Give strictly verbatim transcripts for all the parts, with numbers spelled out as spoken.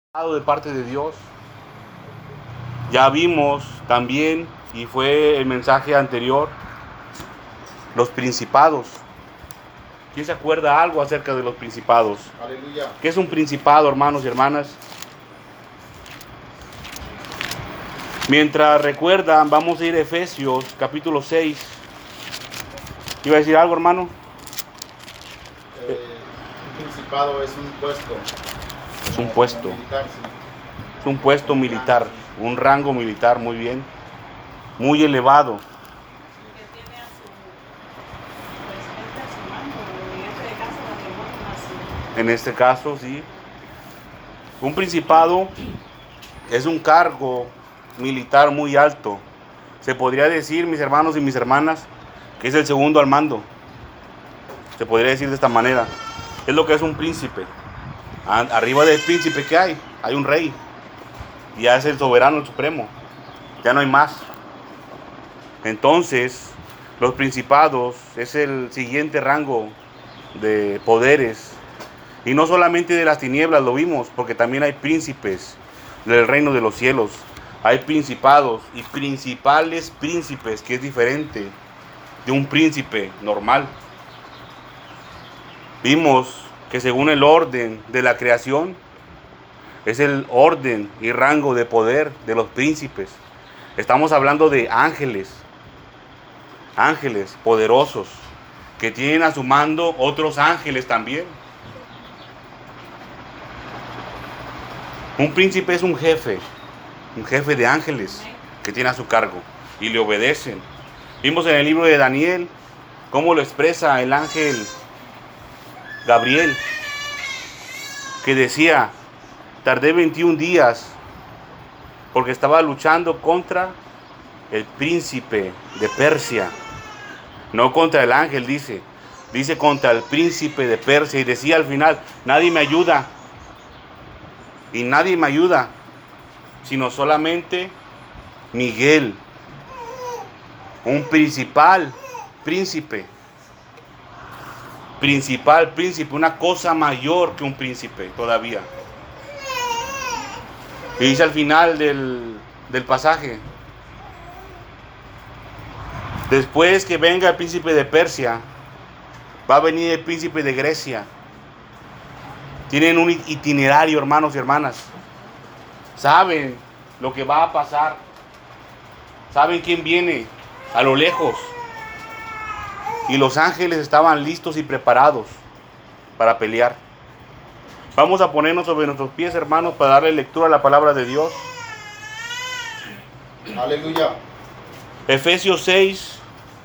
de parte de Dios. Ya vimos también, y fue el mensaje anterior, los principados. ¿Quién se acuerda algo acerca de los principados? Aleluya. ¿Qué es un principado, hermanos y hermanas? Mientras recuerdan, vamos a ir a Efesios capítulo seis. ¿Iba a decir algo, hermano? Eh, un principado es un puesto. Es un puesto. Militar, sí. Es un puesto militar, un rango militar, muy bien, muy elevado. Que tiene a su presidente a su mando, en este caso la que En este caso, sí. Un principado es un cargo militar muy alto. Se podría decir, mis hermanos y mis hermanas, que es el segundo al mando. Se podría decir de esta manera. Es lo que es un príncipe. Arriba del príncipe, ¿qué hay? Hay un rey. Ya es el soberano, el supremo. Ya no hay más. Entonces, los principados es el siguiente rango de poderes. Y no solamente de las tinieblas lo vimos, porque también hay príncipes del reino de los cielos. Hay principados y principales príncipes, que es diferente de un príncipe normal. Vimos que según el orden de la creación, es el orden y rango de poder de los príncipes. Estamos hablando de ángeles, ángeles poderosos, que tienen a su mando otros ángeles también. Un príncipe es un jefe, un jefe de ángeles que tiene a su cargo y le obedecen. Vimos en el libro de Daniel cómo lo expresa el ángel Gabriel, que decía: tardé veintiún días porque estaba luchando contra el príncipe de Persia. No contra el ángel, dice. Dice contra el príncipe de Persia. Y decía al final: nadie me ayuda. Y nadie me ayuda, sino solamente Miguel, un principal príncipe. Principal príncipe, una cosa mayor que un príncipe todavía. Y dice al final del, del pasaje: después que venga el príncipe de Persia, va a venir el príncipe de Grecia. Tienen un itinerario, hermanos y hermanas. Saben lo que va a pasar. Saben quién viene a lo lejos. Y los ángeles estaban listos y preparados para pelear. Vamos a ponernos sobre nuestros pies, hermanos, para darle lectura a la palabra de Dios. Aleluya. Efesios seis,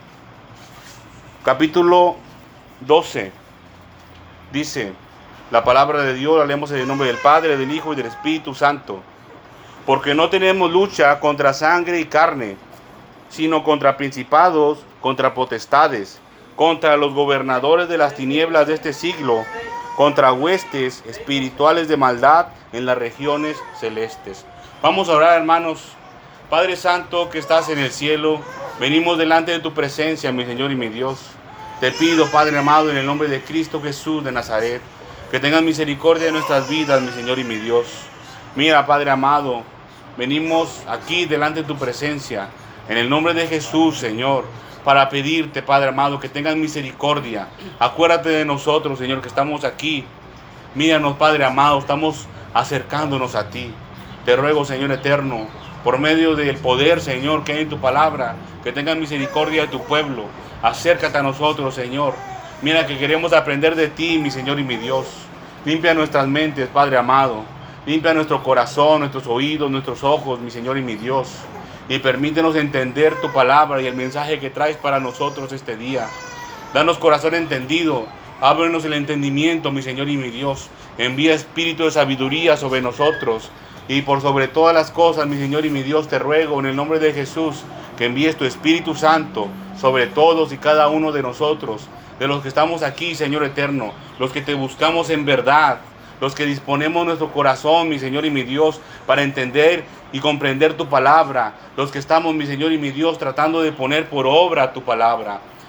capítulo doce. Dice la palabra de Dios, la leemos en el nombre del Padre, del Hijo y del Espíritu Santo. Porque no tenemos lucha contra sangre y carne, sino contra principados, contra potestades, contra los gobernadores de las tinieblas de este siglo, contra huestes espirituales de maldad en las regiones celestes. Vamos a orar, hermanos. Padre Santo que estás en el cielo, venimos delante de tu presencia, mi Señor y mi Dios. Te pido, Padre amado, en el nombre de Cristo Jesús de Nazaret, que tengas misericordia de nuestras vidas, mi Señor y mi Dios. Mira, Padre amado, venimos aquí delante de tu presencia, en el nombre de Jesús, Señor, para pedirte, Padre amado, que tengas misericordia. Acuérdate de nosotros, Señor, que estamos aquí. Míranos, Padre amado, estamos acercándonos a ti. Te ruego, Señor eterno, por medio del poder, Señor, que hay en tu palabra, que tengas misericordia de tu pueblo. Acércate a nosotros, Señor. Mira que queremos aprender de ti, mi Señor y mi Dios. Limpia nuestras mentes, Padre amado. Limpia nuestro corazón, nuestros oídos, nuestros ojos, mi Señor y mi Dios. Y permítenos entender tu palabra y el mensaje que traes para nosotros este día. Danos corazón entendido. Ábrenos el entendimiento, mi Señor y mi Dios. Envía espíritu de sabiduría sobre nosotros. Y por sobre todas las cosas, mi Señor y mi Dios, te ruego en el nombre de Jesús que envíes tu Espíritu Santo sobre todos y cada uno de nosotros, de los que estamos aquí, Señor eterno, los que te buscamos en verdad, los que disponemos nuestro corazón, mi Señor y mi Dios, para entender y comprender tu palabra, los que estamos, mi Señor y mi Dios, tratando de poner por obra tu palabra.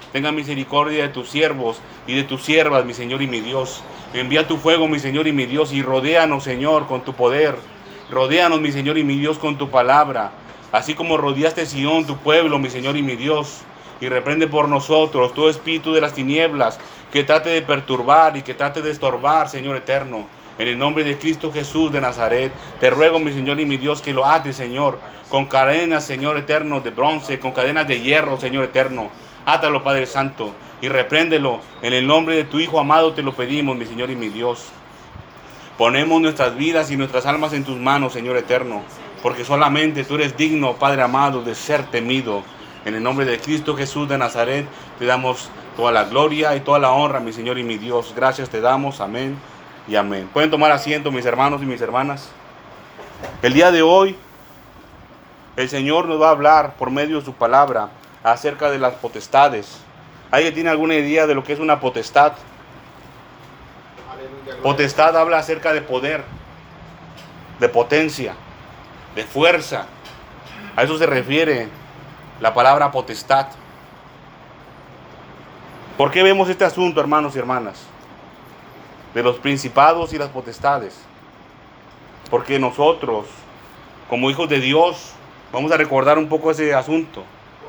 Tenga misericordia de tus siervos y de tus siervas, mi Señor y mi Dios. Envía tu fuego, mi Señor y mi Dios, y rodéanos, Señor, con tu poder. Rodéanos, mi Señor y mi Dios, con tu palabra. Así como rodeaste Sión, tu pueblo, mi Señor y mi Dios. Y reprende por nosotros todo espíritu de las tinieblas que trate de perturbar y que trate de estorbar, Señor eterno. En el nombre de Cristo Jesús de Nazaret, te ruego, mi Señor y mi Dios, que lo ates, Señor, con cadenas, Señor eterno, de bronce, con cadenas de hierro, Señor eterno. Átalo, Padre Santo, y repréndelo. En el nombre de tu Hijo amado te lo pedimos, mi Señor y mi Dios. Ponemos nuestras vidas y nuestras almas en tus manos, Señor eterno, porque solamente tú eres digno, Padre amado, de ser temido. En el nombre de Cristo Jesús de Nazaret, te damos toda la gloria y toda la honra, mi Señor y mi Dios. Gracias te damos, amén y amén. Pueden tomar asiento, mis hermanos y mis hermanas. El día de hoy, el Señor nos va a hablar por medio de su palabra acerca de las potestades. ¿Alguien tiene alguna idea de lo que es una potestad? Aleluya, Potestad habla acerca de poder, de potencia, de fuerza. A eso se refiere la palabra potestad. ¿Por qué vemos este asunto, hermanos y hermanas? De los principados y las potestades. Porque nosotros, como hijos de Dios, vamos a recordar un poco ese asunto.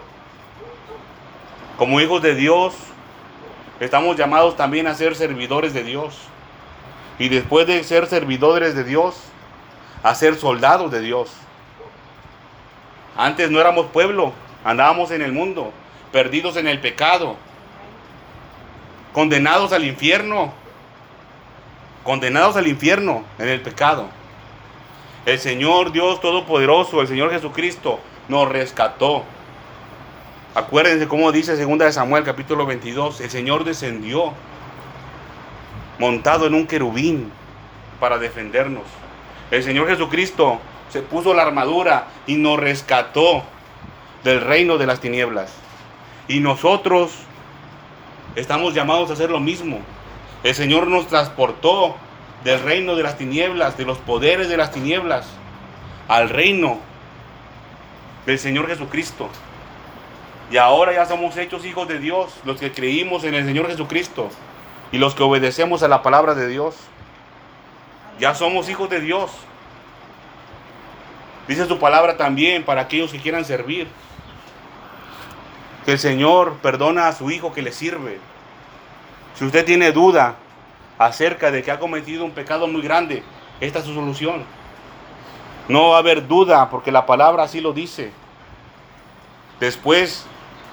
Como hijos de Dios, estamos llamados también a ser servidores de Dios. Y después de ser servidores de Dios, a ser soldados de Dios. Antes no éramos pueblo, andábamos en el mundo, perdidos en el pecado, condenados al infierno, condenados al infierno en el pecado. El Señor Dios Todopoderoso, el Señor Jesucristo, nos rescató. Acuérdense cómo dice segunda de Samuel capítulo veintidós, el Señor descendió montado en un querubín para defendernos. El Señor Jesucristo se puso la armadura y nos rescató del reino de las tinieblas. Y nosotros estamos llamados a hacer lo mismo. El Señor nos transportó del reino de las tinieblas, de los poderes de las tinieblas, al reino del Señor Jesucristo. Y ahora ya somos hechos hijos de Dios, los que creímos en el Señor Jesucristo y los que obedecemos a la palabra de Dios. Ya somos hijos de Dios. Dice su palabra también para aquellos que quieran servir, que el Señor perdona a su hijo que le sirve. Si usted tiene duda acerca de que ha cometido un pecado muy grande, esta es su solución. No va a haber duda porque la palabra así lo dice. Después,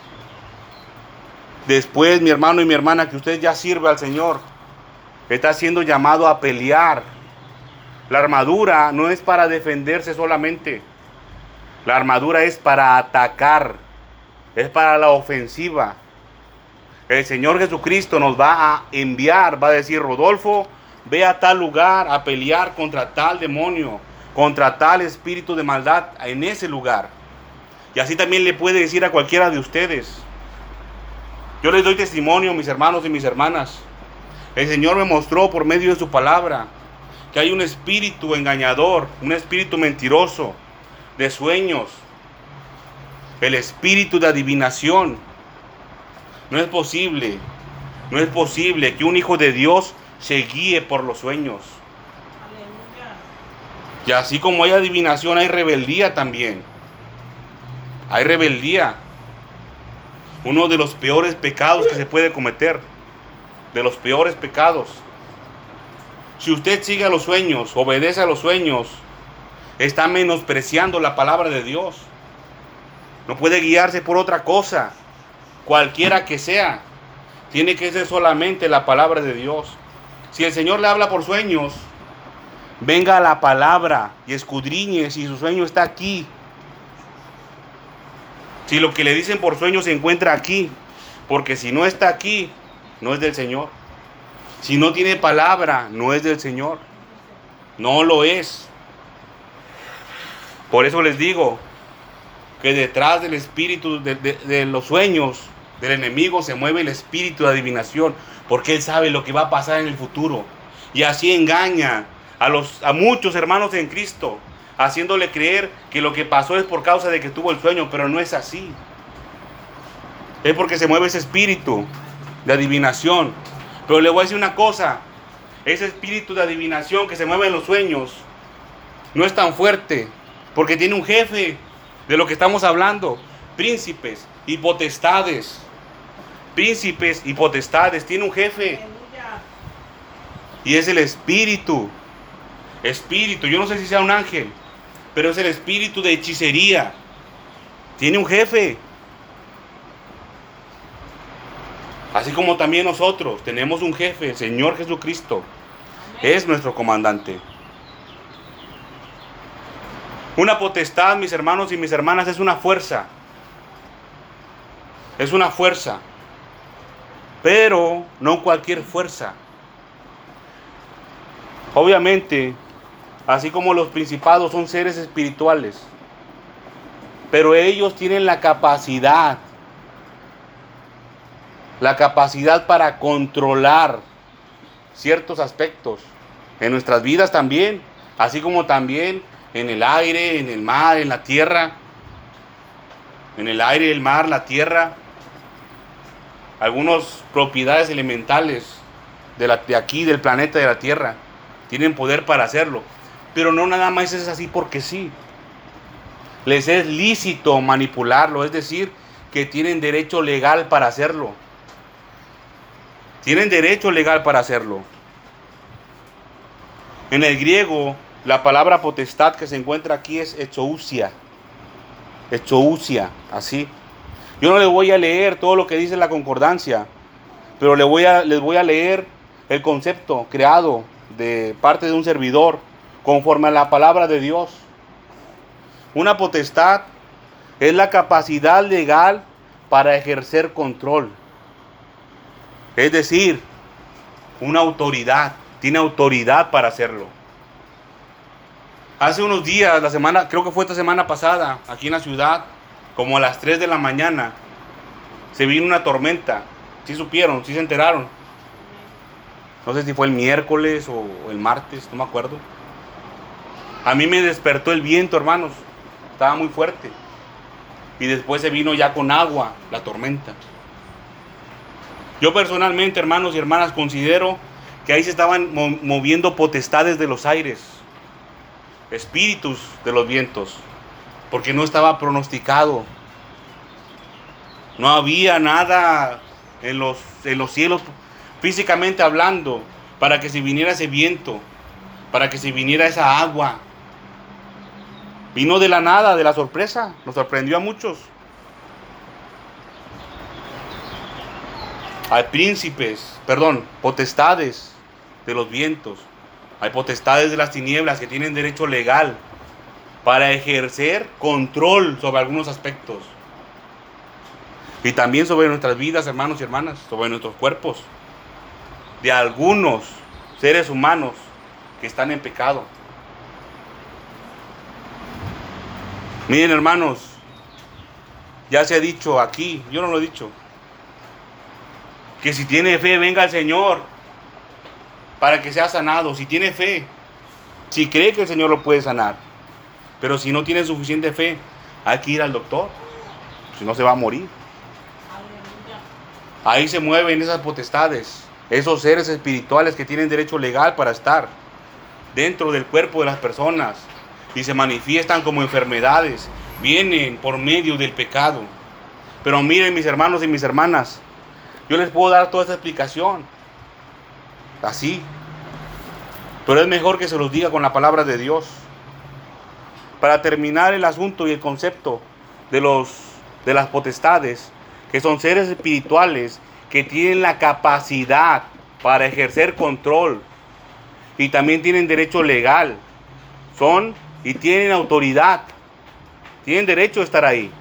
después mi hermano y mi hermana, que usted ya sirve al Señor, está siendo llamado a pelear. La armadura no es para defenderse solamente. La armadura es para atacar. Es para la ofensiva. El Señor Jesucristo nos va a enviar, va a decir: Rodolfo, ve a tal lugar a pelear contra tal demonio, contra tal espíritu de maldad en ese lugar. Y así también le puede decir a cualquiera de ustedes. Yo les doy testimonio, mis hermanos y mis hermanas. El Señor me mostró por medio de su palabra que hay un espíritu engañador, un espíritu mentiroso, de sueños, el espíritu de adivinación. No es posible, no es posible que un hijo de Dios se guíe por los sueños. Aleluya. Y así como hay adivinación, hay rebeldía también. Hay rebeldía. Uno de los peores pecados que se puede cometer. De los peores pecados. Si usted sigue a los sueños, obedece a los sueños, está menospreciando la palabra de Dios. No puede guiarse por otra cosa, cualquiera que sea. Tiene que ser solamente la palabra de Dios. Si el Señor le habla por sueños, venga a la palabra y escudriñe si su sueño está aquí. Si lo que le dicen por sueños se encuentra aquí, porque si no está aquí, no es del Señor. Si no tiene palabra, no es del Señor. No lo es. Por eso les digo que detrás del espíritu de, de, de los sueños del enemigo se mueve el espíritu de adivinación, porque él sabe lo que va a pasar en el futuro. Y así engaña a, los, a muchos hermanos en Cristo, haciéndole creer que lo que pasó es por causa de que tuvo el sueño, pero no es así. Es porque se mueve ese espíritu de adivinación. Pero le voy a decir una cosa. Ese espíritu de adivinación que se mueve en los sueños no es tan fuerte. Porque tiene un jefe de lo que estamos hablando. Príncipes y potestades. Príncipes y potestades. Tiene un jefe. Aleluya. Y es el espíritu. Espíritu. Yo no sé si sea un ángel. Pero es el espíritu de hechicería. Tiene un jefe. Así como también nosotros tenemos un jefe, el Señor Jesucristo. Amén. Es nuestro comandante. Una potestad, mis hermanos y mis hermanas, es una fuerza. Es una fuerza. Pero no cualquier fuerza. Obviamente, así como los principados son seres espirituales, pero ellos tienen la capacidad, la capacidad para controlar ciertos aspectos en nuestras vidas también, así como también en el aire, en el mar, en la tierra, en el aire, el mar, la tierra, algunas propiedades elementales de, la, de aquí, del planeta, de la tierra, tienen poder para hacerlo, pero no nada más es así porque sí. Les es lícito manipularlo, es decir, que tienen derecho legal para hacerlo. Tienen derecho legal para hacerlo. En el griego, la palabra potestad que se encuentra aquí es exousia. Exousia, así. Yo no les voy a leer todo lo que dice la concordancia, pero les voy a, les voy a leer el concepto creado de parte de un servidor, conforme a la palabra de Dios. Una potestad es la capacidad legal para ejercer control. Es decir, una autoridad, tiene autoridad para hacerlo. Hace unos días, la semana, creo que fue esta semana pasada, aquí en la ciudad, como a las tres de la mañana, se vino una tormenta. ¿Sí supieron? ¿Sí se enteraron? No sé si fue el miércoles o el martes, no me acuerdo. A mí me despertó el viento, hermanos. Estaba muy fuerte. Y después se vino ya con agua la tormenta. Yo personalmente, hermanos y hermanas, considero que ahí se estaban mo- moviendo potestades de los aires, espíritus de los vientos, porque no estaba pronosticado. No había nada en los, en los cielos, físicamente hablando, para que se viniera ese viento, para que se viniera esa agua. Vino de la nada, de la sorpresa, nos sorprendió a muchos. Hay príncipes, perdón, potestades de los vientos. Hay potestades de las tinieblas que tienen derecho legal para ejercer control sobre algunos aspectos. Y también sobre nuestras vidas, hermanos y hermanas, sobre nuestros cuerpos. De algunos seres humanos que están en pecado. Miren, hermanos, ya se ha dicho aquí, yo no lo he dicho, que si tiene fe, venga el Señor para que sea sanado. Si tiene fe, si cree que el Señor lo puede sanar. Pero si no tiene suficiente fe, hay que ir al doctor, si no se va a morir. Aleluya. Ahí se mueven esas potestades, esos seres espirituales que tienen derecho legal para estar dentro del cuerpo de las personas y se manifiestan como enfermedades, vienen por medio del pecado. Pero miren, mis hermanos y mis hermanas, yo les puedo dar toda esta explicación así, pero es mejor que se los diga con la palabra de Dios. Para terminar el asunto y el concepto de, los, de las potestades, que son seres espirituales que tienen la capacidad para ejercer control y también tienen derecho legal, son y tienen autoridad, tienen derecho a estar ahí.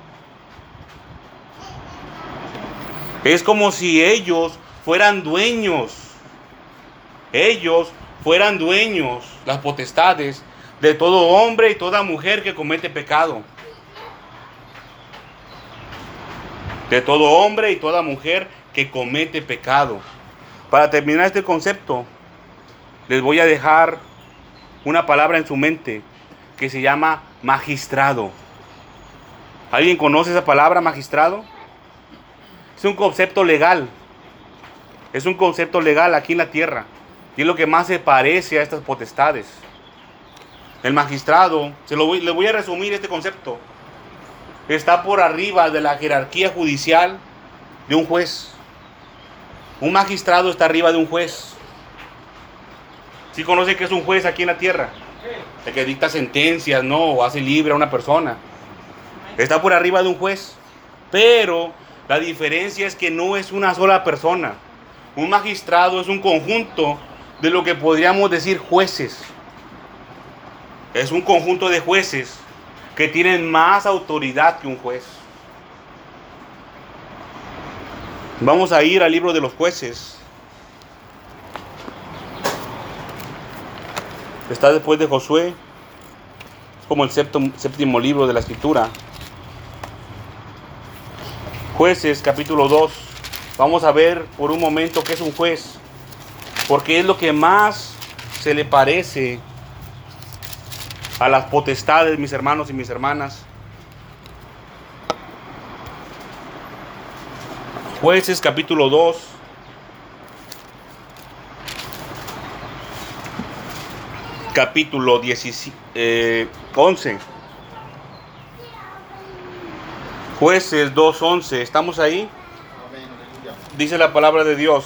Es como si ellos fueran dueños, ellos fueran dueños, las potestades, de todo hombre y toda mujer que comete pecado. De todo hombre y toda mujer que comete pecado. Para terminar este concepto, les voy a dejar una palabra en su mente que se llama magistrado. ¿Alguien conoce esa palabra, magistrado? Es un concepto legal. Es un concepto legal aquí en la tierra. Y es lo que más se parece a estas potestades. El magistrado, se lo voy, le voy a resumir este concepto. Está por arriba de la jerarquía judicial de un juez. Un magistrado está arriba de un juez. ¿Sí conoce qué es un juez aquí en la tierra? El que dicta sentencias, ¿no? O hace libre a una persona. Está por arriba de un juez. Pero la diferencia es que no es una sola persona. Un magistrado es un conjunto de lo que podríamos decir jueces. Es un conjunto de jueces que tienen más autoridad que un juez. Vamos a ir al libro de los jueces. Está después de Josué. Es como el séptimo, séptimo libro de la escritura. Jueces capítulo dos. Vamos a ver por un momento qué es un juez. Porque es lo que más se le parece a las potestades, mis hermanos y mis hermanas. Jueces capítulo dos. Capítulo diecisiete, eh, once. Jueces dos once. ¿Estamos ahí? Amén, aleluya. Dice la palabra de Dios.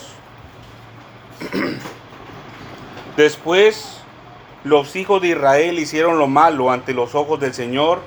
Después los hijos de Israel hicieron lo malo ante los ojos del Señor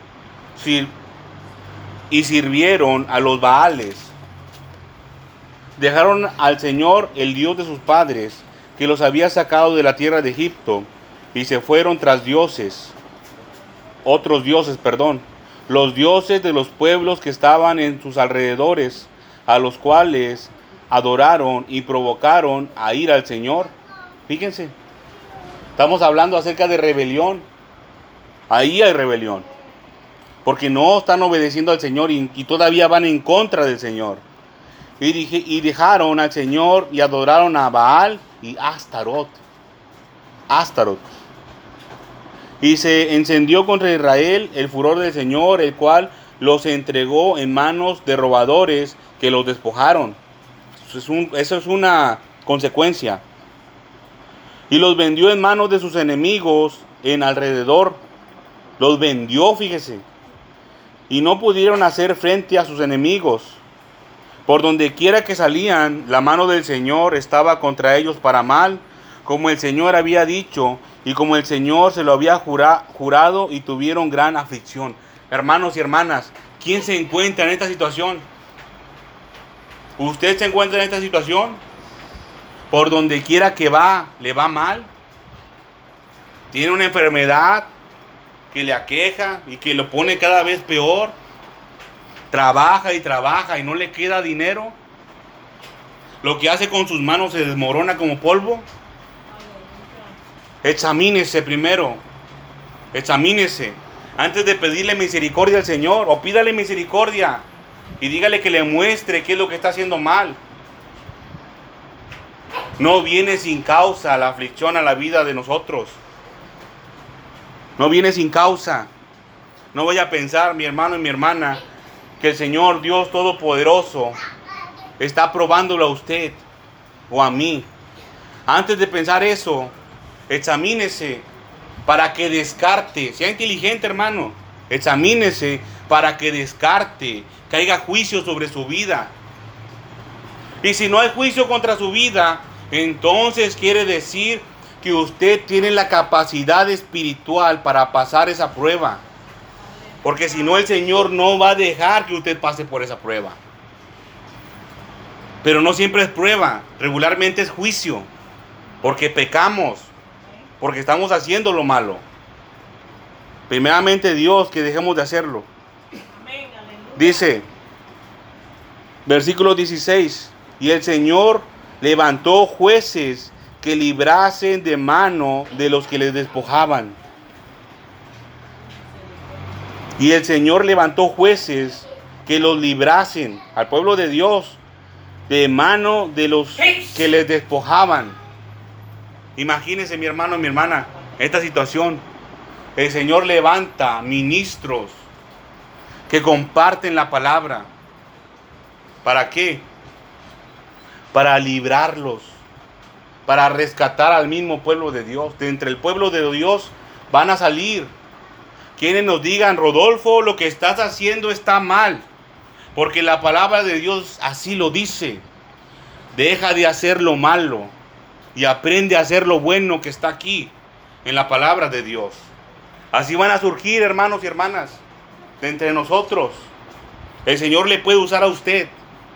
y sirvieron a los Baales. Dejaron al Señor, el Dios de sus padres, que los había sacado de la tierra de Egipto, y se fueron tras dioses, otros dioses, perdón, los dioses de los pueblos que estaban en sus alrededores, a los cuales adoraron y provocaron a ir al Señor. Fíjense, estamos hablando acerca de rebelión. Ahí hay rebelión, porque no están obedeciendo al Señor y, y todavía van en contra del Señor. Y, dije, y dejaron al Señor y adoraron a Baal y Astarot. Astarot. Y se encendió contra Israel el furor del Señor, el cual los entregó en manos de robadores que los despojaron. Eso es, un, eso es una consecuencia. Y los vendió en manos de sus enemigos en alrededor. Los vendió, fíjese. Y no pudieron hacer frente a sus enemigos. Por donde quiera que salían, la mano del Señor estaba contra ellos para mal, como el Señor había dicho, y como el Señor se lo había jura, jurado, y tuvieron gran aflicción. Hermanos y hermanas, ¿quién se encuentra en esta situación? ¿Usted se encuentra en esta situación? Por donde quiera que va, le va mal. Tiene una enfermedad que le aqueja y que lo pone cada vez peor. Trabaja y trabaja y no le queda dinero. Lo que hace con sus manos se desmorona como polvo. Examínese primero. Examínese. Antes de pedirle misericordia al Señor, o pídale misericordia y dígale que le muestre qué es lo que está haciendo mal. No viene sin causa la aflicción a la vida de nosotros. No viene sin causa. No vaya a pensar, mi hermano y mi hermana, que el Señor Dios Todopoderoso está probándolo a usted o a mí. Antes de pensar eso, examínese para que descarte. Sea inteligente, hermano. Examínese para que descarte, que haya juicio sobre su vida. Y si no hay juicio contra su vida, entonces quiere decir que usted tiene la capacidad espiritual para pasar esa prueba. Porque si no, el Señor no va a dejar que usted pase por esa prueba. Pero no siempre es prueba, regularmente es juicio. Porque pecamos, porque estamos haciendo lo malo. Primeramente Dios, que dejemos de hacerlo. Dice, versículo dieciséis, y el Señor levantó jueces que librasen de mano de los que les despojaban. Y el Señor levantó jueces que los librasen al pueblo de Dios de mano de los que les despojaban. Imagínense, mi hermano y mi hermana, esta situación. El Señor levanta ministros que comparten la palabra, ¿Para qué? Para librarlos, para rescatar al mismo pueblo de Dios. De entre el pueblo de Dios van a salir quienes nos digan: Rodolfo, lo que estás haciendo está mal, porque la palabra de Dios así lo dice. Deja de hacer lo malo y aprende a hacer lo bueno que está aquí en la palabra de Dios. Así van a surgir, hermanos y hermanas, de entre nosotros. El Señor le puede usar a usted.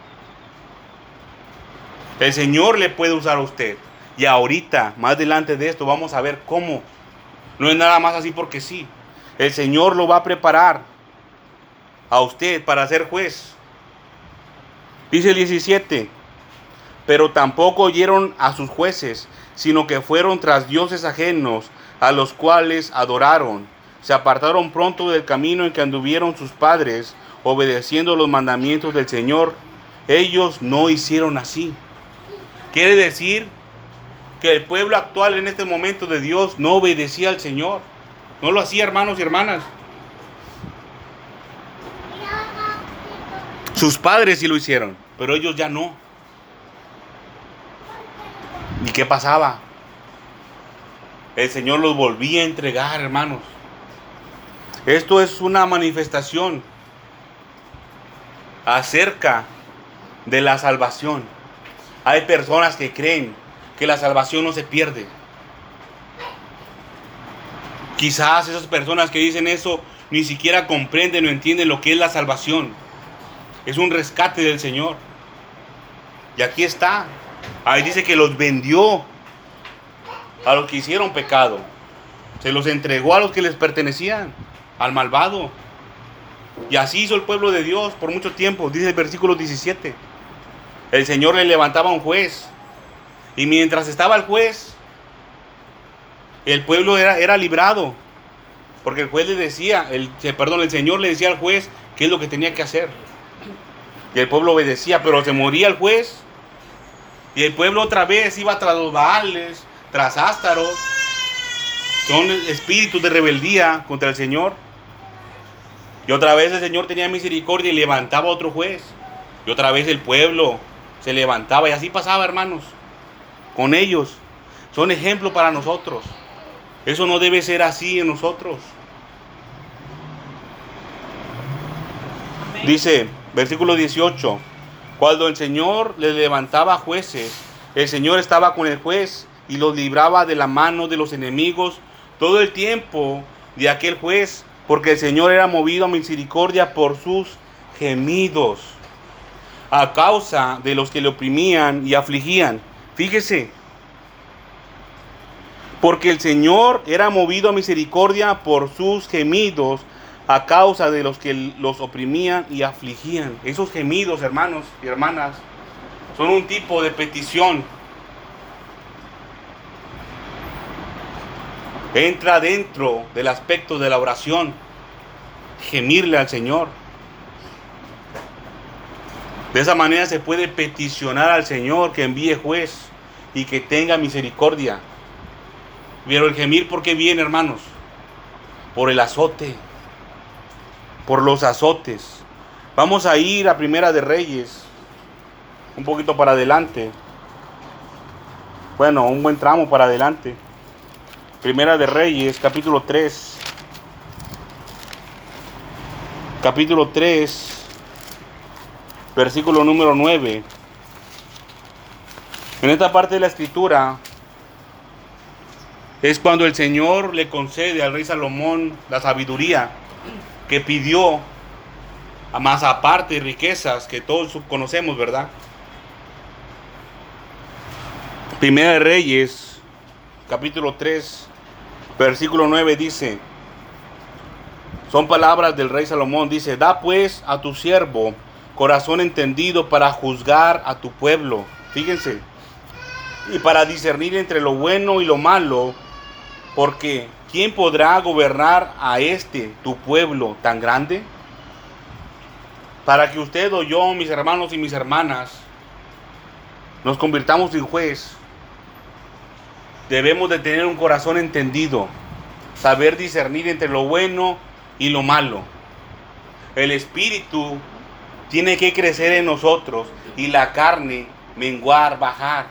El Señor le puede usar a usted. Y ahorita, más adelante de esto, vamos a ver cómo. No es nada más así porque sí. El Señor lo va a preparar a usted para ser juez. Dice el diecisiete. Pero tampoco oyeron a sus jueces, sino que fueron tras dioses ajenos, a los cuales adoraron. Se apartaron pronto del camino en que anduvieron sus padres, obedeciendo los mandamientos del Señor. Ellos no hicieron así. Quiere decir que el pueblo actual en este momento de Dios no obedecía al Señor. No lo hacía, hermanos y hermanas. Sus padres sí lo hicieron, pero ellos ya no. ¿Y qué pasaba? El Señor los volvía a entregar, hermanos. Esto es una manifestación acerca de la salvación. Hay personas que creen que la salvación no se pierde. Quizás esas personas que dicen eso ni siquiera comprenden o entienden lo que es la salvación. Es un rescate del Señor. Y aquí está. Ahí dice que los vendió a los que hicieron pecado. Se los entregó a los que les pertenecían, al malvado. Y así hizo el pueblo de Dios por mucho tiempo. Dice el versículo diecisiete. El Señor le levantaba un juez. Y mientras estaba el juez, el pueblo era, era librado. Porque el juez le decía, el, perdón, el Señor le decía al juez qué es lo que tenía que hacer. Y el pueblo obedecía, pero se moría el juez. Y el pueblo otra vez iba tras los Baales, tras Ástaros. Son espíritus de rebeldía contra el Señor. Y otra vez el Señor tenía misericordia y levantaba otro juez. Y otra vez el pueblo se levantaba. Y así pasaba, hermanos, con ellos. Son ejemplo para nosotros. Eso no debe ser así en nosotros. Amén. Dice, versículo dieciocho. Cuando el Señor le levantaba jueces, el Señor estaba con el juez y los libraba de la mano de los enemigos todo el tiempo de aquel juez, porque el Señor era movido a misericordia por sus gemidos, a causa de los que le oprimían y afligían. Fíjese, porque el Señor era movido a misericordia por sus gemidos, a causa de los que los oprimían y afligían. Esos gemidos, hermanos y hermanas, son un tipo de petición. Entra dentro del aspecto de la oración, gemirle al Señor. De esa manera se puede peticionar al Señor que envíe juez y que tenga misericordia. Pero el gemir, ¿por qué viene, hermanos? Por el azote. Por los azotes. Vamos a ir a Primera de Reyes, un poquito para adelante. Bueno, un buen tramo para adelante. Primera de Reyes, capítulo tres. Capítulo tres, versículo número nueve. En esta parte de la escritura es cuando el Señor le concede al rey Salomón la sabiduría que pidió, a más aparte riquezas que todos conocemos, ¿verdad? Primera de Reyes, capítulo tres, versículo nueve dice, son palabras del rey Salomón, dice, da pues a tu siervo corazón entendido para juzgar a tu pueblo, fíjense, y para discernir entre lo bueno y lo malo, porque ¿quién podrá gobernar a este, tu pueblo tan grande? Para que usted o yo, mis hermanos y mis hermanas, nos convirtamos en juez, debemos de tener un corazón entendido, saber discernir entre lo bueno y lo malo. El Espíritu tiene que crecer en nosotros y la carne menguar, bajar.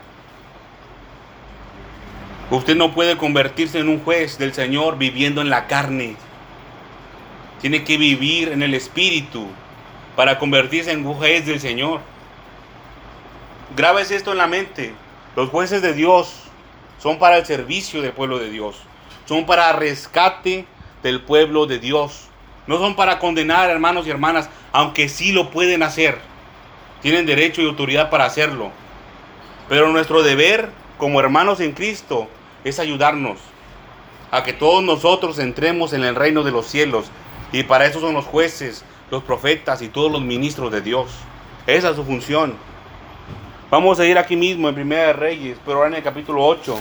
Usted no puede convertirse en un juez del Señor viviendo en la carne. Tiene que vivir en el Espíritu para convertirse en un juez del Señor. Grábese esto en la mente. Los jueces de Dios son para el servicio del pueblo de Dios. Son para rescate del pueblo de Dios. No son para condenar, hermanos y hermanas, aunque sí lo pueden hacer. Tienen derecho y autoridad para hacerlo. Pero nuestro deber como hermanos en Cristo es ayudarnos a que todos nosotros entremos en el reino de los cielos. Y para eso son los jueces, los profetas y todos los ministros de Dios. Esa es su función. Vamos a ir aquí mismo en Primera de Reyes, pero ahora en el capítulo ocho.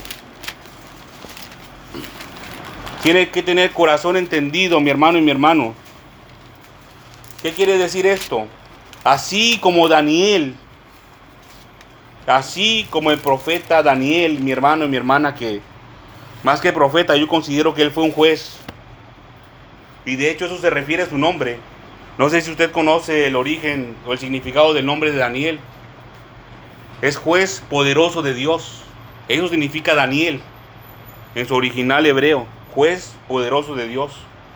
Tiene que tener corazón entendido, mi hermano y mi hermano. ¿Qué quiere decir esto? Así como Daniel, así como el profeta Daniel, mi hermano y mi hermana, que más que profeta, yo considero que él fue un juez. Y de hecho eso se refiere a su nombre. No sé si usted conoce el origen o el significado del nombre de Daniel. Es juez poderoso de Dios. Eso significa Daniel en su original hebreo. Juez poderoso de Dios.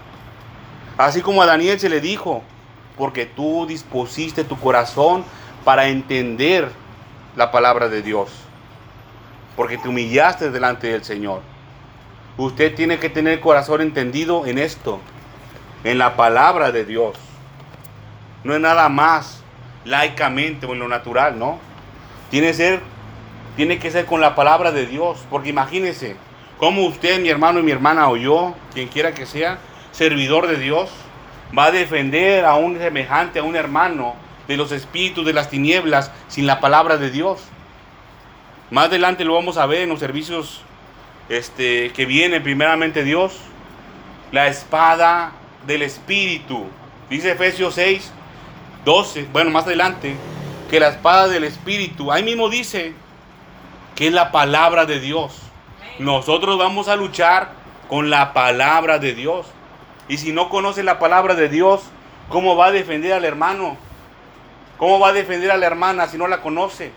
Así como a Daniel se le dijo, porque tú dispusiste tu corazón para entender la palabra de Dios. Porque te humillaste delante del Señor. Usted tiene que tener corazón entendido en esto, en la palabra de Dios. No es nada más laicamente o en lo natural, ¿no? Tiene, ser, tiene que ser con la palabra de Dios. Porque imagínese, cómo usted, mi hermano y mi hermana, o yo, quien quiera que sea, servidor de Dios, va a defender a un semejante, a un hermano de los espíritus de las tinieblas sin la palabra de Dios. Más adelante lo vamos a ver en los servicios este, que vienen, primeramente Dios, la espada del Espíritu. Dice Efesios seis, doce, bueno, más adelante, que la espada del Espíritu, ahí mismo dice que es la palabra de Dios. Nosotros vamos a luchar con la palabra de Dios. Y si no conoce la palabra de Dios, ¿cómo va a defender al hermano? ¿Cómo va a defender a la hermana si no la conoce?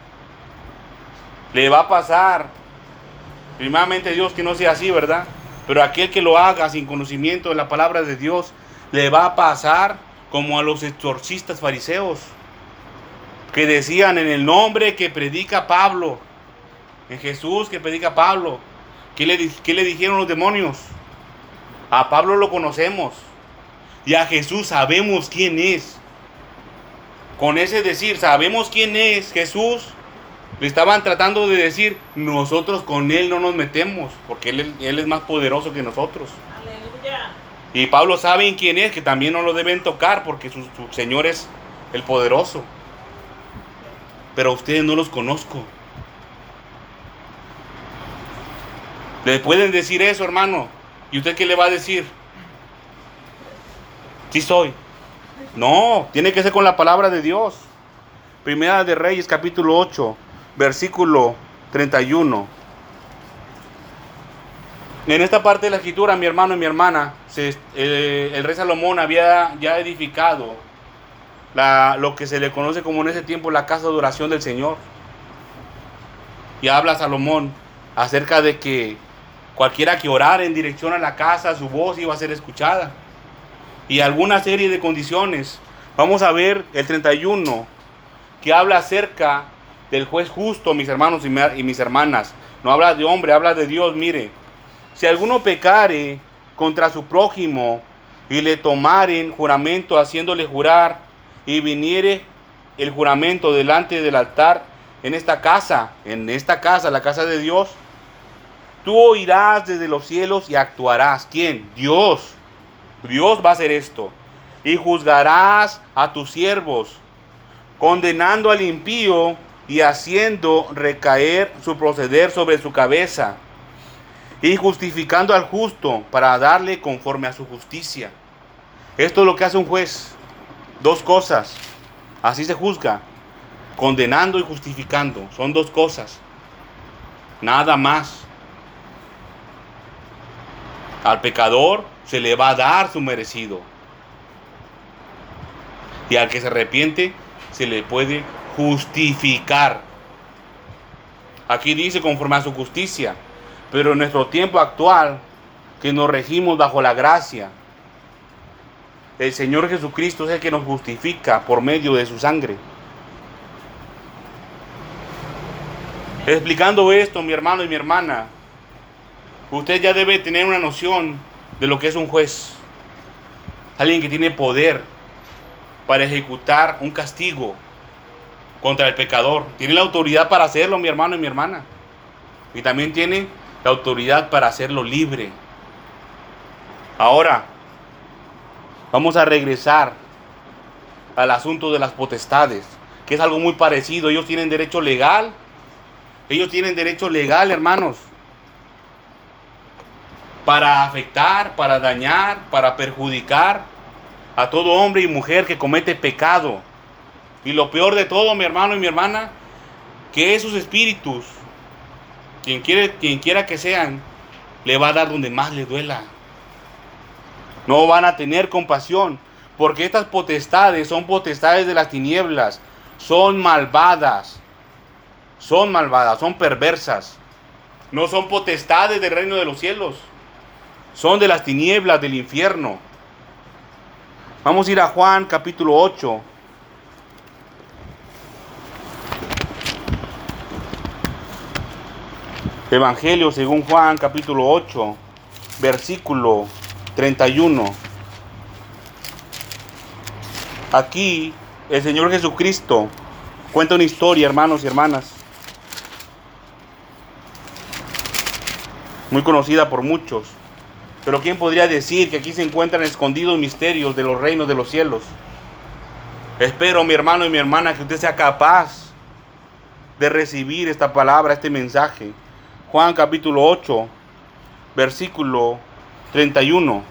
Le va a pasar, primeramente Dios, que no sea así, ¿verdad? Pero aquel que lo haga sin conocimiento de la palabra de Dios, le va a pasar como a los exorcistas fariseos, que decían en el nombre que predica Pablo, en Jesús que predica Pablo. ¿Qué le, qué le dijeron los demonios? A Pablo lo conocemos y a Jesús sabemos quién es. Con ese decir, sabemos quién es Jesús, le estaban tratando de decir, nosotros con él no nos metemos, porque él, él es más poderoso que nosotros. Aleluya. Y Pablo sabe quién es, que también no lo deben tocar, porque su, su Señor es el poderoso. Pero a ustedes no los conozco. Le pueden decir eso, hermano. ¿Y usted qué le va a decir? Sí soy. No, tiene que ser con la palabra de Dios. Primera de Reyes, capítulo ocho, versículo treinta y uno. En esta parte de la escritura, mi hermano y mi hermana, se, eh, el rey Salomón había ya edificado la, lo que se le conoce como en ese tiempo la casa de oración del Señor. Y habla Salomón acerca de que cualquiera que orara en dirección a la casa, su voz iba a ser escuchada. Y alguna serie de condiciones. Vamos a ver el treinta y uno, que habla acerca del juez justo, mis hermanos y mis hermanas. No habla de hombre, habla de Dios. Mire, si alguno pecare contra su prójimo y le tomaren juramento haciéndole jurar, y viniere el juramento delante del altar en esta casa, en esta casa, la casa de Dios, tú oirás desde los cielos y actuarás. ¿Quién? Dios. Dios va a hacer esto. Y juzgarás a tus siervos, condenando al impío y haciendo recaer su proceder sobre su cabeza, y justificando al justo para darle conforme a su justicia. Esto es lo que hace un juez. Dos cosas. Así se juzga. Condenando y justificando. Son dos cosas. Nada más. Al pecador se le va a dar su merecido. Y al que se arrepiente se le puede justificar. Aquí dice conforme a su justicia. Pero en nuestro tiempo actual, que nos regimos bajo la gracia, el Señor Jesucristo es el que nos justifica por medio de su sangre. Explicando esto, mi hermano y mi hermana, usted ya debe tener una noción de lo que es un juez. Alguien que tiene poder para ejecutar un castigo contra el pecador. Tiene la autoridad para hacerlo, mi hermano y mi hermana. Y también tiene la autoridad para hacerlo libre. Ahora, vamos a regresar al asunto de las potestades, que es algo muy parecido. Ellos tienen derecho legal. Ellos tienen derecho legal, hermanos, para afectar, para dañar, para perjudicar a todo hombre y mujer que comete pecado. Y lo peor de todo, mi hermano y mi hermana, que esos espíritus, quien, quiere, quien quiera que sean, le va a dar donde más le duela. No van a tener compasión, porque estas potestades son potestades de las tinieblas, son malvadas, son malvadas, son perversas. No son potestades del reino de los cielos, son de las tinieblas del infierno. Vamos a ir a Juan capítulo ocho. Evangelio según Juan capítulo ocho, versículo treinta y uno. Aquí el Señor Jesucristo cuenta una historia, hermanos y hermanas, muy conocida por muchos. Pero ¿quién podría decir que aquí se encuentran escondidos misterios de los reinos de los cielos? Espero, mi hermano y mi hermana, que usted sea capaz de recibir esta palabra, este mensaje. Juan capítulo ocho, versículo treinta y uno.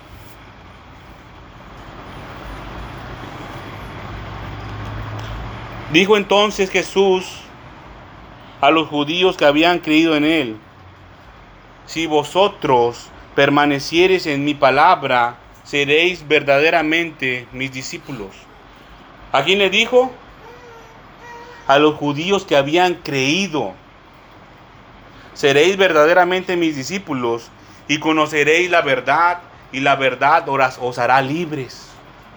Dijo entonces Jesús a los judíos que habían creído en él: si vosotros permaneciereis en mi palabra, seréis verdaderamente mis discípulos. ¿A quién le dijo? A los judíos que habían creído. Seréis verdaderamente mis discípulos y conoceréis la verdad, y la verdad os hará libres.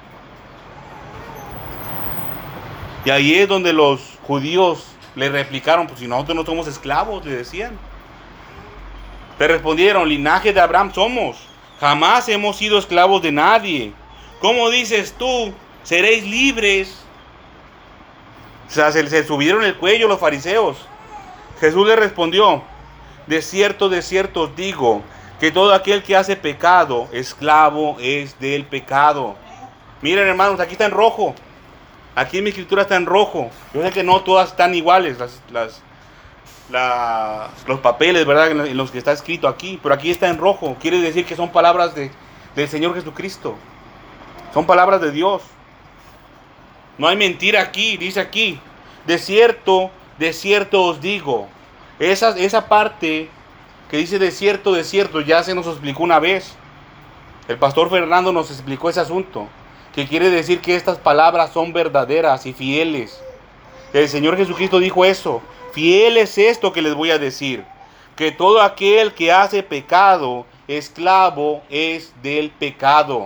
Y ahí es donde los judíos le replicaron: pues si nosotros no somos esclavos, le decían. Le respondieron: linaje de Abraham somos, jamás hemos sido esclavos de nadie. ¿Cómo dices tú, seréis libres? O sea, se, se subieron el cuello los fariseos. Jesús le respondió: de cierto, de cierto os digo, que todo aquel que hace pecado, esclavo es del pecado. Miren, hermanos, aquí está en rojo. Aquí en mi escritura está en rojo. Yo sé que no todas están iguales, las... las La, los papeles, ¿verdad?, en los que está escrito aquí, pero aquí está en rojo. Quiere decir que son palabras de, del Señor Jesucristo. Son palabras de Dios. No hay mentira aquí. Dice aquí: de cierto, de cierto os digo. Esa, esa parte que dice de cierto, de cierto, ya se nos explicó una vez. El pastor Fernando nos explicó ese asunto, que quiere decir que estas palabras son verdaderas y fieles. El Señor Jesucristo dijo eso: fiel es esto que les voy a decir, que todo aquel que hace pecado, esclavo es del pecado.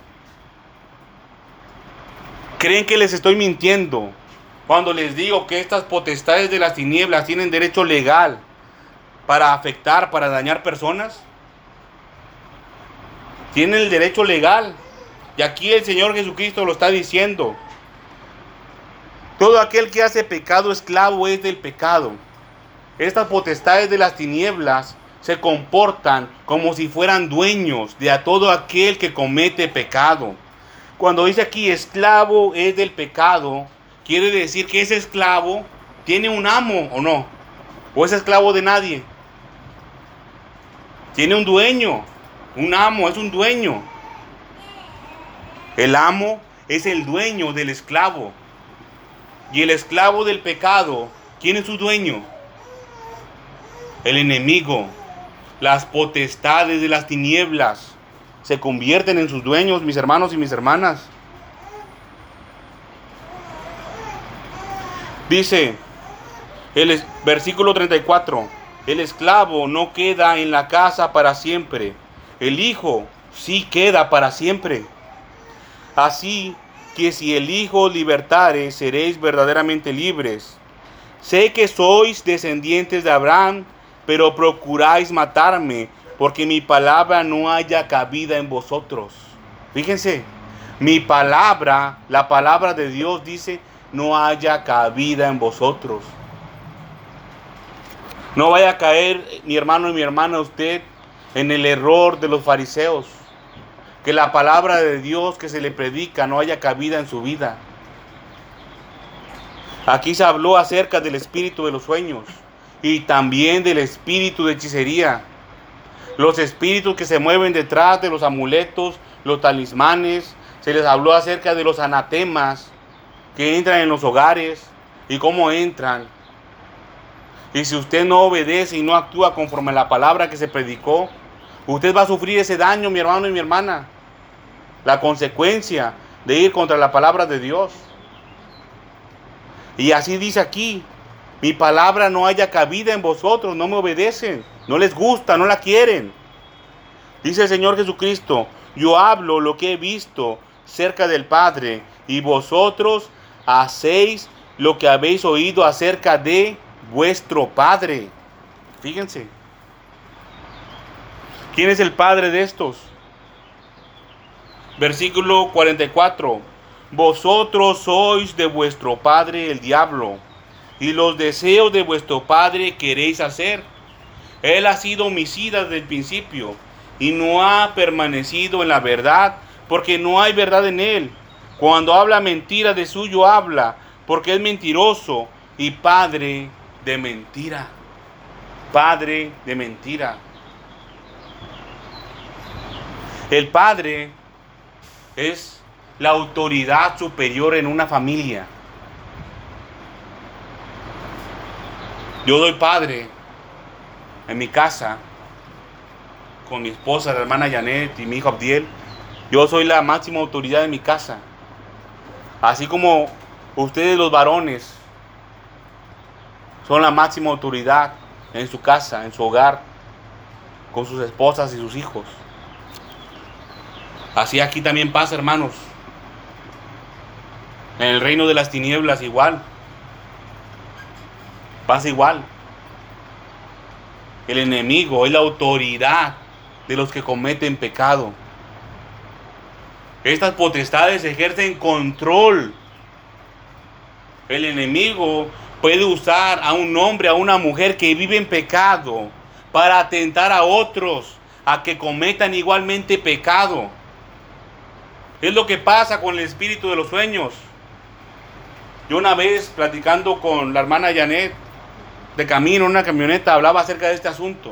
¿Creen que les estoy mintiendo cuando les digo que estas potestades de las tinieblas tienen derecho legal para afectar, para dañar personas? Tienen el derecho legal. Y aquí el Señor Jesucristo lo está diciendo: todo aquel que hace pecado, esclavo es del pecado. Estas potestades de las tinieblas se comportan como si fueran dueños de a todo aquel que comete pecado. Cuando dice aquí esclavo es del pecado, quiere decir que ese esclavo tiene un amo, ¿o no? ¿O es esclavo de nadie? Tiene un dueño, un amo, es un dueño. El amo es el dueño del esclavo. Y el esclavo del pecado, ¿quién es su dueño? El enemigo. Las potestades de las tinieblas se convierten en sus dueños, mis hermanos y mis hermanas. Dice el es- versículo treinta y cuatro, el esclavo no queda en la casa para siempre, el hijo sí queda para siempre. Así que si el Hijo os libertare, seréis verdaderamente libres. Sé que sois descendientes de Abraham, pero procuráis matarme, porque mi palabra no haya cabida en vosotros. Fíjense, mi palabra, la palabra de Dios dice, no haya cabida en vosotros. No vaya a caer, mi hermano y mi hermana, usted en el error de los fariseos. Que la palabra de Dios que se le predica no haya cabida en su vida. Aquí se habló acerca del espíritu de los sueños y también del espíritu de hechicería. Los espíritus que se mueven detrás de los amuletos, los talismanes. Se les habló acerca de los anatemas que entran en los hogares y cómo entran. Y si usted no obedece y no actúa conforme a la palabra que se predicó, usted va a sufrir ese daño, mi hermano y mi hermana. La consecuencia de ir contra la palabra de Dios. Y así dice aquí, mi palabra no haya cabida en vosotros, no me obedecen, no les gusta, no la quieren. Dice el Señor Jesucristo, yo hablo lo que he visto cerca del Padre, y vosotros hacéis lo que habéis oído acerca de vuestro Padre. Fíjense. ¿Quién es el padre de estos? Versículo cuarenta y cuatro. Vosotros sois de vuestro padre el diablo, y los deseos de vuestro padre queréis hacer. Él ha sido homicida desde el principio, y no ha permanecido en la verdad, porque no hay verdad en él. Cuando habla mentira, de suyo habla, porque es mentiroso y padre de mentira. Padre de mentira. El padre es la autoridad superior en una familia. Yo soy padre en mi casa, con mi esposa, la hermana Janet y mi hijo Abdiel. Yo soy la máxima autoridad de mi casa. Así como ustedes los varones son la máxima autoridad en su casa, en su hogar, con sus esposas y sus hijos. Así aquí también pasa, hermanos. En el reino de las tinieblas igual. Pasa igual. El enemigo es la autoridad de los que cometen pecado. Estas potestades ejercen control. El enemigo puede usar a un hombre, a una mujer que vive en pecado para atentar a otros a que cometan igualmente pecado. Es lo que pasa con el espíritu de los sueños. Yo una vez platicando con la hermana Janet, de camino en una camioneta, hablaba acerca de este asunto.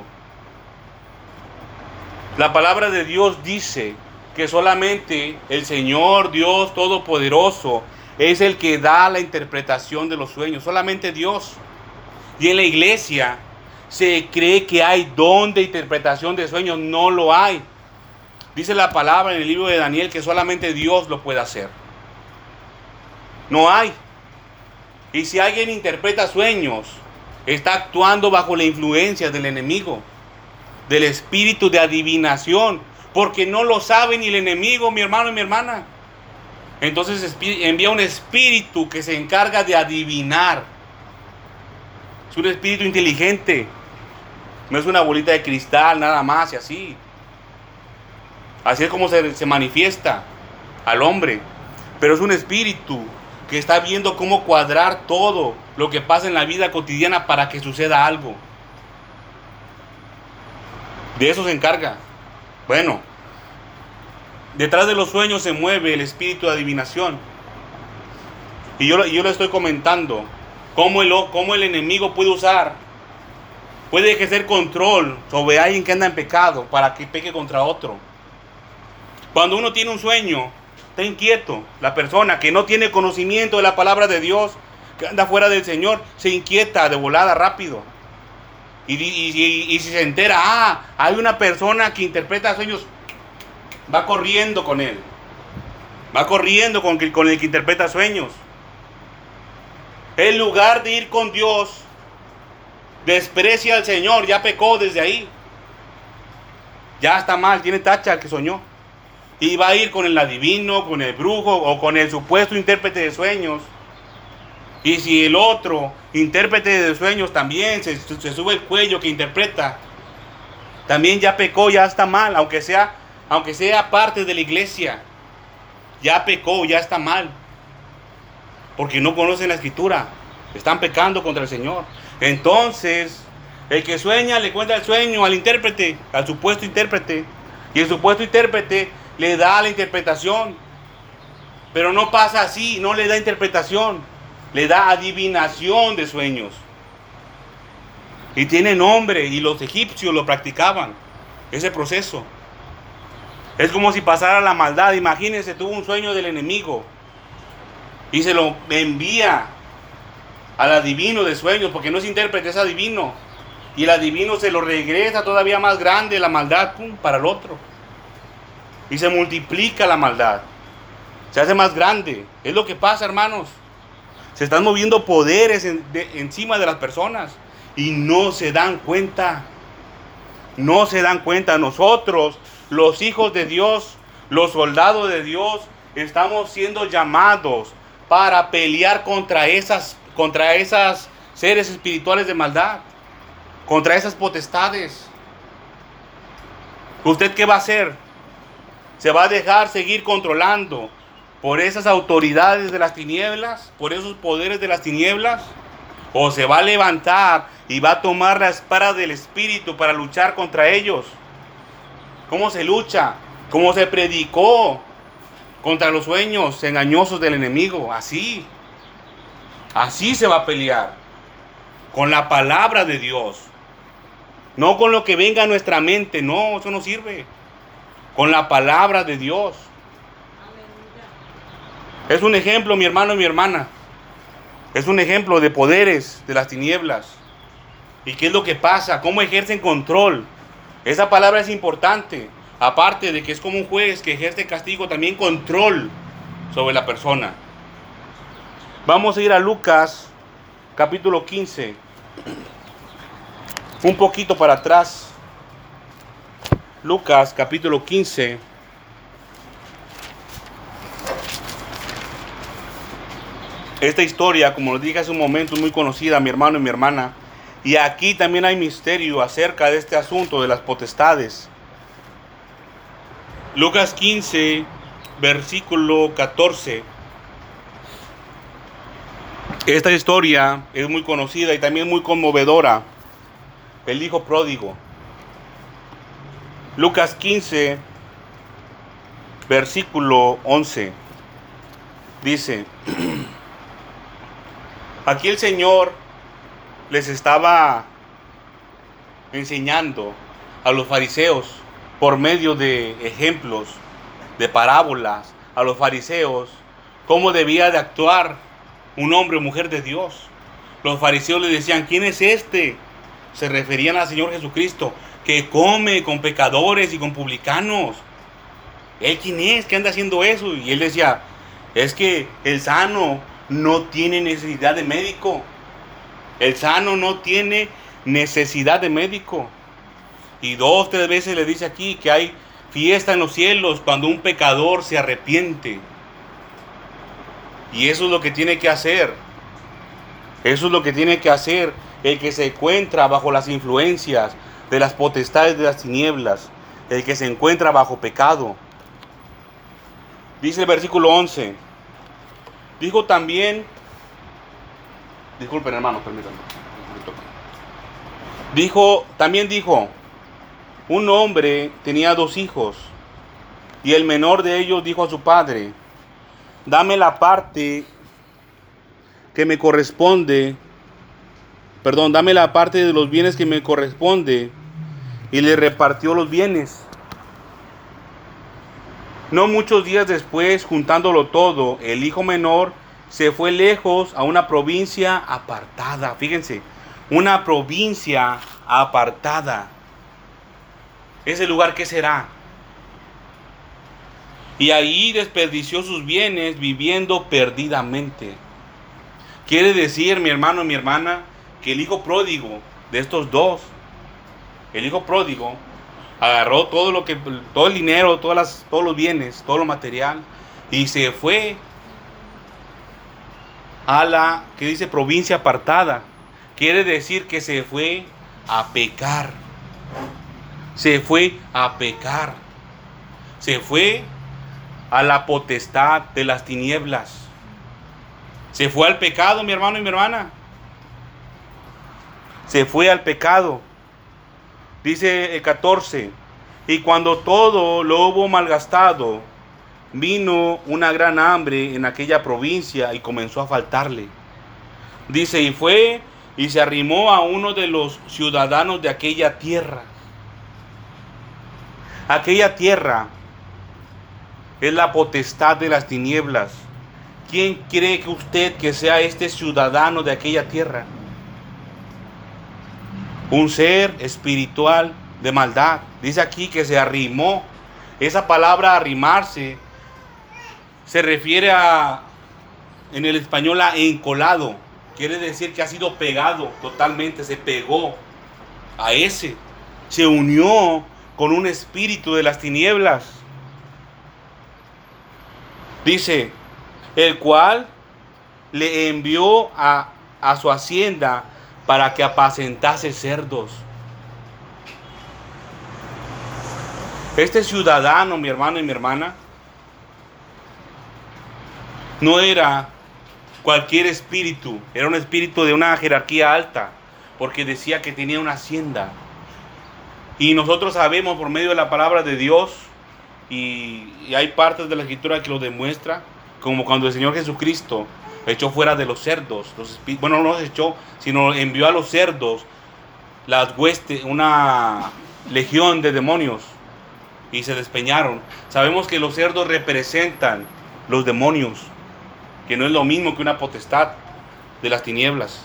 La palabra de Dios dice que solamente el Señor Dios Todopoderoso es el que da la interpretación de los sueños, solamente Dios. Y en la iglesia se cree que hay don de interpretación de sueños, no lo hay. Dice la palabra en el libro de Daniel que solamente Dios lo puede hacer. No hay. Y si alguien interpreta sueños, está actuando bajo la influencia del enemigo, del espíritu de adivinación, porque no lo sabe ni el enemigo, mi hermano y mi hermana. Entonces envía un espíritu que se encarga de adivinar. Es un espíritu inteligente. No es una bolita de cristal nada más y así. Así es como se, se manifiesta al hombre. Pero es un espíritu que está viendo cómo cuadrar todo lo que pasa en la vida cotidiana para que suceda algo. De eso se encarga. Bueno, detrás de los sueños se mueve el espíritu de adivinación. Y yo, yo le estoy comentando cómo el, cómo el enemigo puede usar, puede ejercer control sobre alguien que anda en pecado para que peque contra otro. Cuando uno tiene un sueño, está inquieto. La persona que no tiene conocimiento de la palabra de Dios, que anda fuera del Señor, se inquieta de volada rápido. Y, y, y, y si se entera, ah, hay una persona que interpreta sueños, va corriendo con él. Va corriendo con, con el que interpreta sueños. En lugar de ir con Dios, desprecia al Señor, ya pecó desde ahí. Ya está mal, tiene tacha el que soñó. Y va a ir con el adivino, con el brujo o con el supuesto intérprete de sueños. Y si el otro intérprete de sueños también se, se sube el cuello que interpreta, también ya pecó, ya está mal, aunque sea, aunque sea parte de la iglesia. Ya pecó, ya está mal. Porque no conocen la escritura. Están pecando contra el Señor. Entonces, el que sueña le cuenta el sueño al intérprete, al supuesto intérprete. Y el supuesto intérprete le da la interpretación. Pero no pasa así, no le da interpretación. Le da adivinación de sueños. Y tiene nombre, y los egipcios lo practicaban. Ese proceso. Es como si pasara la maldad. Imagínense, tuvo un sueño del enemigo. Y se lo envía al adivino de sueños, porque no es intérprete, es adivino. Y el adivino se lo regresa todavía más grande la maldad, pum, para el otro. Y se multiplica la maldad. Se hace más grande. Es lo que pasa, hermanos. Se están moviendo poderes en, de, encima de las personas. Y no se dan cuenta. No se dan cuenta. Nosotros, los hijos de Dios, los soldados de Dios, estamos siendo llamados para pelear contra esas, contra esas seres espirituales de maldad, contra esas potestades. ¿Usted qué va a hacer? ¿Se va a dejar seguir controlando por esas autoridades de las tinieblas, por esos poderes de las tinieblas? ¿O se va a levantar y va a tomar la espada del Espíritu para luchar contra ellos? ¿Cómo se lucha? ¿Cómo se predicó contra los sueños engañosos del enemigo? Así. Así se va a pelear. Con la palabra de Dios. No con lo que venga a nuestra mente. No, eso no sirve. Con la palabra de Dios. Es un ejemplo, mi hermano y mi hermana. Es un ejemplo de poderes de las tinieblas. ¿Y qué es lo que pasa? ¿Cómo ejercen control? Esa palabra es importante. Aparte de que es como un juez que ejerce castigo, también control sobre la persona. Vamos a ir a Lucas, capítulo quince. Un poquito para atrás. Lucas, capítulo quince. Esta historia, como lo dije hace un momento, es muy conocida, mi hermano y mi hermana. Y aquí también hay misterio acerca de este asunto de las potestades. Lucas quince, versículo catorce. Esta historia es muy conocida y también muy conmovedora. El hijo pródigo. Lucas quince, versículo once. Dice: aquí el Señor les estaba enseñando a los fariseos por medio de ejemplos, de parábolas, a los fariseos cómo debía de actuar un hombre o mujer de Dios. Los fariseos le decían: ¿quién es este? Se referían al Señor Jesucristo, que come con pecadores y con publicanos. ¿Él quién es? ¿Qué anda haciendo eso? Y él decía: es que el sano no tiene necesidad de médico. El sano no tiene necesidad de médico. Y dos, tres veces le dice aquí que hay fiesta en los cielos cuando un pecador se arrepiente. Y eso es lo que tiene que hacer. Eso es lo que tiene que hacer el que se encuentra bajo las influencias de las potestades de las tinieblas. El que se encuentra bajo pecado. Dice el versículo once. Dijo también... Disculpen, hermanos, permítanme. Dijo, también dijo: un hombre tenía dos hijos, y el menor de ellos dijo a su padre: dame la parte que me corresponde, perdón, dame la parte de los bienes que me corresponde, y le repartió los bienes. No muchos días después, juntándolo todo, el hijo menor se fue lejos a una provincia apartada. Fíjense, una provincia apartada. ¿Ese lugar qué será? Y ahí desperdició sus bienes viviendo perdidamente. Quiere decir, mi hermano y mi hermana, que el hijo pródigo de estos dos, el hijo pródigo, agarró todo lo que, todo el dinero, todas las, todos los bienes, todo lo material, y se fue a la, que dice, provincia apartada. Quiere decir que se fue a pecar. Se fue a pecar. Se fue a la potestad de las tinieblas. Se fue al pecado, mi hermano y mi hermana. Se fue al pecado. Dice el catorce. Y cuando todo lo hubo malgastado, vino una gran hambre en aquella provincia y comenzó a faltarle. Dice, y fue y se arrimó a uno de los ciudadanos de aquella tierra. Aquella tierra es la potestad de las tinieblas. ¿Quién cree que usted que sea este ciudadano de aquella tierra? Un ser espiritual de maldad. Dice aquí que se arrimó. Esa palabra arrimarse se refiere a, en el español, a encolado. Quiere decir que ha sido pegado totalmente, se pegó a ese. Se unió con un espíritu de las tinieblas. Dice, el cual le envió a, a su hacienda para que apacentase cerdos. Este ciudadano, mi hermano y mi hermana, no era cualquier espíritu, era un espíritu de una jerarquía alta, porque decía que tenía una hacienda. Y nosotros sabemos por medio de la palabra de Dios, y, y hay partes de la escritura que lo demuestra, como cuando el Señor Jesucristo echó fuera de los cerdos, los espí- bueno, no los echó, sino envió a los cerdos las huestes, una legión de demonios, y se despeñaron. Sabemos que los cerdos representan los demonios, que no es lo mismo que una potestad de las tinieblas.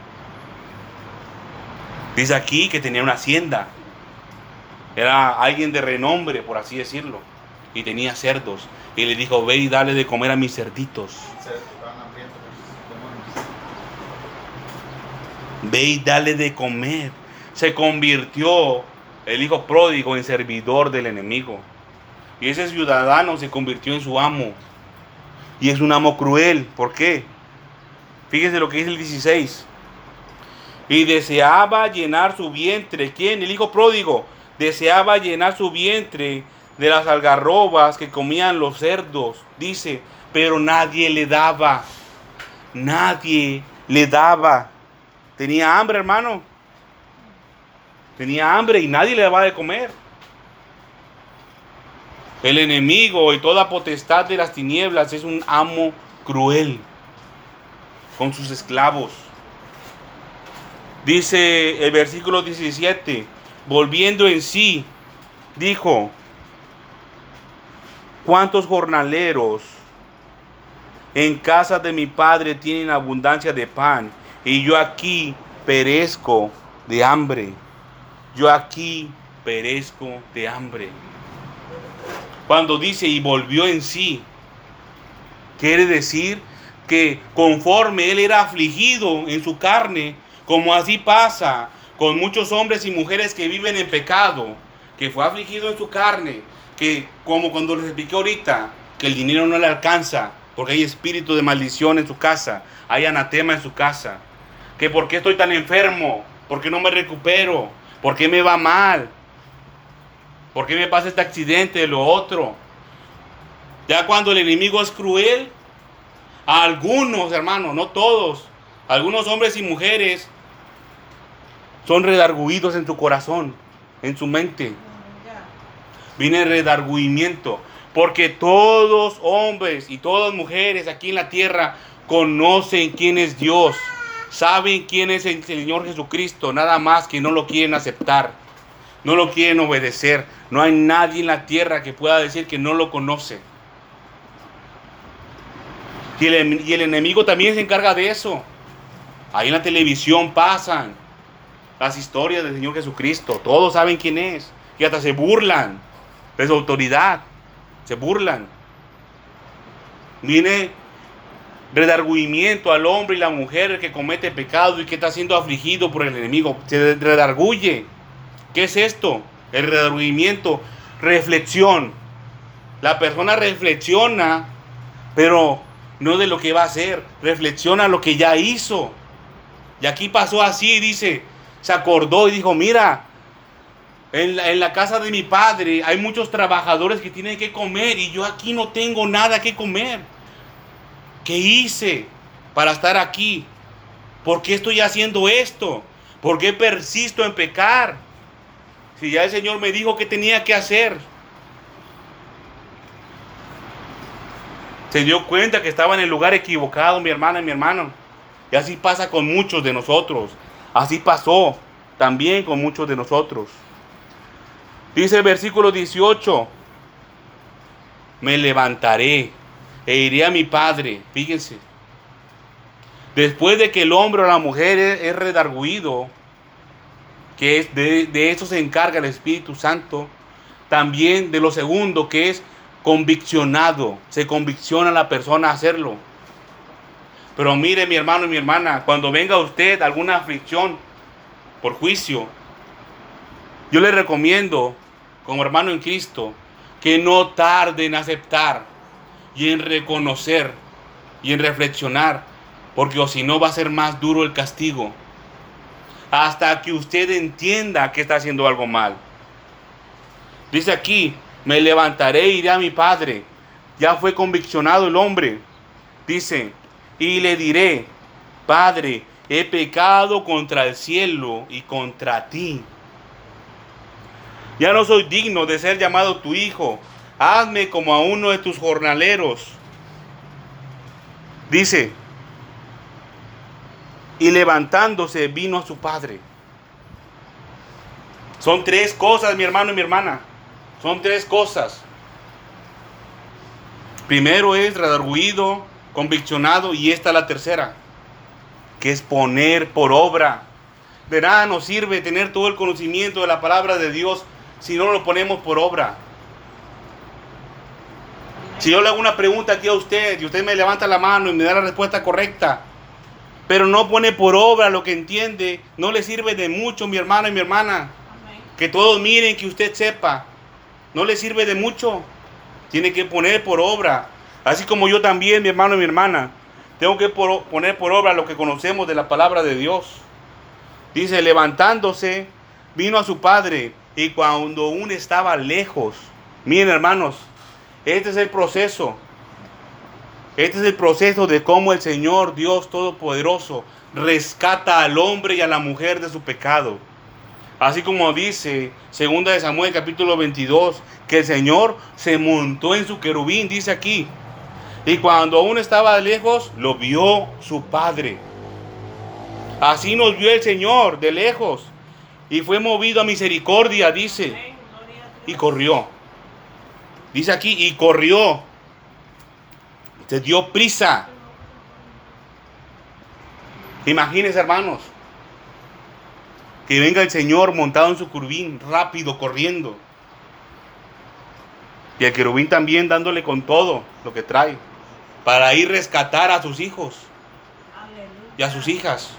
Dice aquí que tenía una hacienda, era alguien de renombre, por así decirlo, y tenía cerdos, y le dijo, ve y dale de comer a mis cerditos. Se van hambrientos los demonios. Ve y dale de comer. Se convirtió el hijo pródigo en servidor del enemigo, y ese ciudadano se convirtió en su amo, y es un amo cruel. ¿Por qué? Fíjense lo que dice el dieciséis. Y deseaba llenar su vientre. ¿Quién? El hijo pródigo. Deseaba llenar su vientre de las algarrobas que comían los cerdos. Dice, pero nadie le daba. Nadie le daba. Tenía hambre, hermano. Tenía hambre y nadie le daba de comer. El enemigo y toda potestad de las tinieblas es un amo cruel con sus esclavos. Dice el versículo diecisiete, volviendo en sí, dijo, ¿cuántos jornaleros en casa de mi padre tienen abundancia de pan, y yo aquí perezco de hambre? Yo aquí perezco de hambre. Cuando dice y volvió en sí, quiere decir que conforme él era afligido en su carne, como así pasa con muchos hombres y mujeres que viven en pecado, que fue afligido en su carne, que como cuando les expliqué ahorita, que el dinero no le alcanza, porque hay espíritu de maldición en su casa, hay anatema en su casa, que por qué estoy tan enfermo, por qué no me recupero, por qué me va mal, por qué me pasa este accidente de lo otro. Ya cuando el enemigo es cruel, a algunos, hermanos, no todos, algunos hombres y mujeres son redarguidos en su corazón, en su mente. Viene redarguimiento, porque todos hombres y todas mujeres aquí en la tierra conocen quién es Dios, saben quién es el Señor Jesucristo, nada más que no lo quieren aceptar, no lo quieren obedecer. No hay nadie en la tierra que pueda decir que no lo conoce. Y el, y el enemigo también se encarga de eso. Ahí en la televisión pasan las historias del Señor Jesucristo. Todos saben quién es. Y hasta se burlan de su autoridad. Se burlan. Viene redargüimiento al hombre y la mujer que comete pecado y que está siendo afligido por el enemigo. Se redarguye. ¿Qué es esto? El redargüimiento. Reflexión. La persona reflexiona, pero no de lo que va a hacer. Reflexiona lo que ya hizo. Y aquí pasó así, dice, se acordó y dijo, mira, en la, en la casa de mi padre hay muchos trabajadores que tienen que comer y yo aquí no tengo nada que comer. ¿Qué hice para estar aquí? ¿Por qué estoy haciendo esto? ¿Por qué persisto en pecar? Si ya el Señor me dijo qué tenía que hacer. Se dio cuenta que estaba en el lugar equivocado, mi hermana y mi hermano. Y así pasa con muchos de nosotros. Así pasó también con muchos de nosotros. Dice el versículo dieciocho. Me levantaré e iré a mi padre. Fíjense. Después de que el hombre o la mujer es, es redarguido, que es de, de eso se encarga el Espíritu Santo, también de lo segundo, que es conviccionado. Se convicciona a la persona a hacerlo. Pero mire, mi hermano y mi hermana, cuando venga usted alguna aflicción por juicio, yo le recomiendo, como hermano en Cristo, que no tarde en aceptar y en reconocer y en reflexionar, porque o si no va a ser más duro el castigo, hasta que usted entienda que está haciendo algo mal. Dice aquí, me levantaré e iré a mi padre. Ya fue conviccionado el hombre. Dice, y le diré, Padre, he pecado contra el cielo y contra ti. Ya no soy digno de ser llamado tu hijo. Hazme como a uno de tus jornaleros. Dice, y levantándose vino a su padre. Son tres cosas, mi hermano y mi hermana. Son tres cosas. Primero es redarguido, conviccionado, y esta es la tercera, que es poner por obra. De nada nos sirve tener todo el conocimiento de la palabra de Dios si no lo ponemos por obra. Si yo le hago una pregunta aquí a usted y usted me levanta la mano y me da la respuesta correcta, pero no pone por obra lo que entiende, no le sirve de mucho, mi hermano y mi hermana. Amén. Que todos miren, que usted sepa, no le sirve de mucho. Tiene que poner por obra. Así como yo también, mi hermano y mi hermana, tengo que por, poner por obra lo que conocemos de la palabra de Dios. Dice, levantándose, vino a su padre, y cuando aún estaba lejos. Miren, hermanos, este es el proceso. Este es el proceso de cómo el Señor Dios Todopoderoso rescata al hombre y a la mujer de su pecado. Así como dice segunda de Samuel capítulo veintidós, que el Señor se montó en su querubín, dice aquí. Y cuando aún estaba lejos, lo vio su padre. Así nos vio el Señor de lejos. Y fue movido a misericordia, dice. Amén. Gloria a Y Dios. corrió. Dice aquí, y corrió. Se dio prisa. Imagínense, hermanos, que venga el Señor montado en su querubín, rápido, corriendo. Y el querubín también dándole con todo lo que trae, para ir a rescatar a sus hijos Aleluya. y a sus hijas.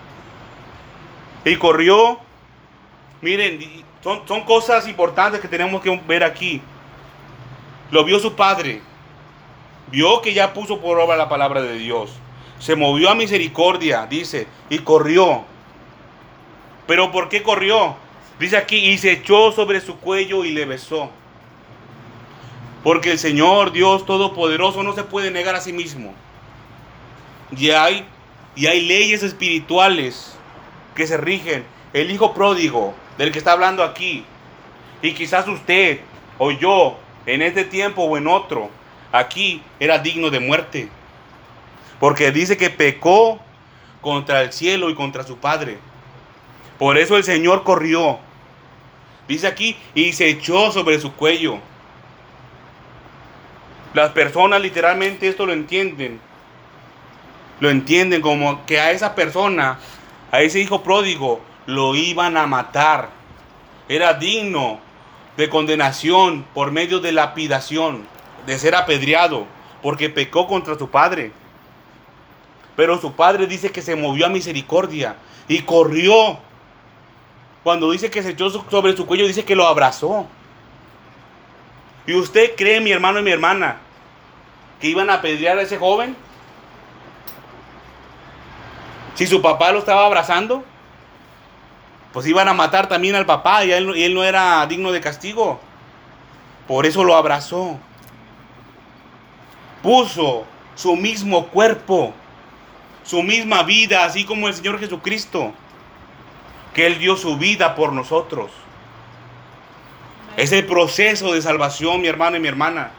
Y corrió. Miren, son, son cosas importantes que tenemos que ver aquí. Lo vio su padre. Vio que ya puso por obra la palabra de Dios. Se movió a misericordia, dice, y corrió. ¿Pero por qué corrió? Dice aquí, y se echó sobre su cuello y le besó. Porque el Señor Dios Todopoderoso no se puede negar a sí mismo. Y hay, y hay leyes espirituales que se rigen. El hijo pródigo del que está hablando aquí, y quizás usted o yo en este tiempo o en otro, aquí era digno de muerte. Porque dice que pecó contra el cielo y contra su padre. Por eso el Señor corrió. Dice aquí, y se echó sobre su cuello. Las personas literalmente esto lo entienden. Lo entienden como que a esa persona, a ese hijo pródigo, lo iban a matar. Era digno de condenación por medio de lapidación, de ser apedreado, porque pecó contra su padre. Pero su padre dice que se movió a misericordia y corrió. Cuando dice que se echó sobre su cuello, dice que lo abrazó. ¿Y usted cree, mi hermano y mi hermana, que iban a apedrear a ese joven? Si su papá lo estaba abrazando, pues iban a matar también al papá y él, y él no era digno de castigo. Por eso lo abrazó. Puso su mismo cuerpo, su misma vida, así como el Señor Jesucristo, que Él dio su vida por nosotros. Es el proceso de salvación, mi hermano y mi hermana.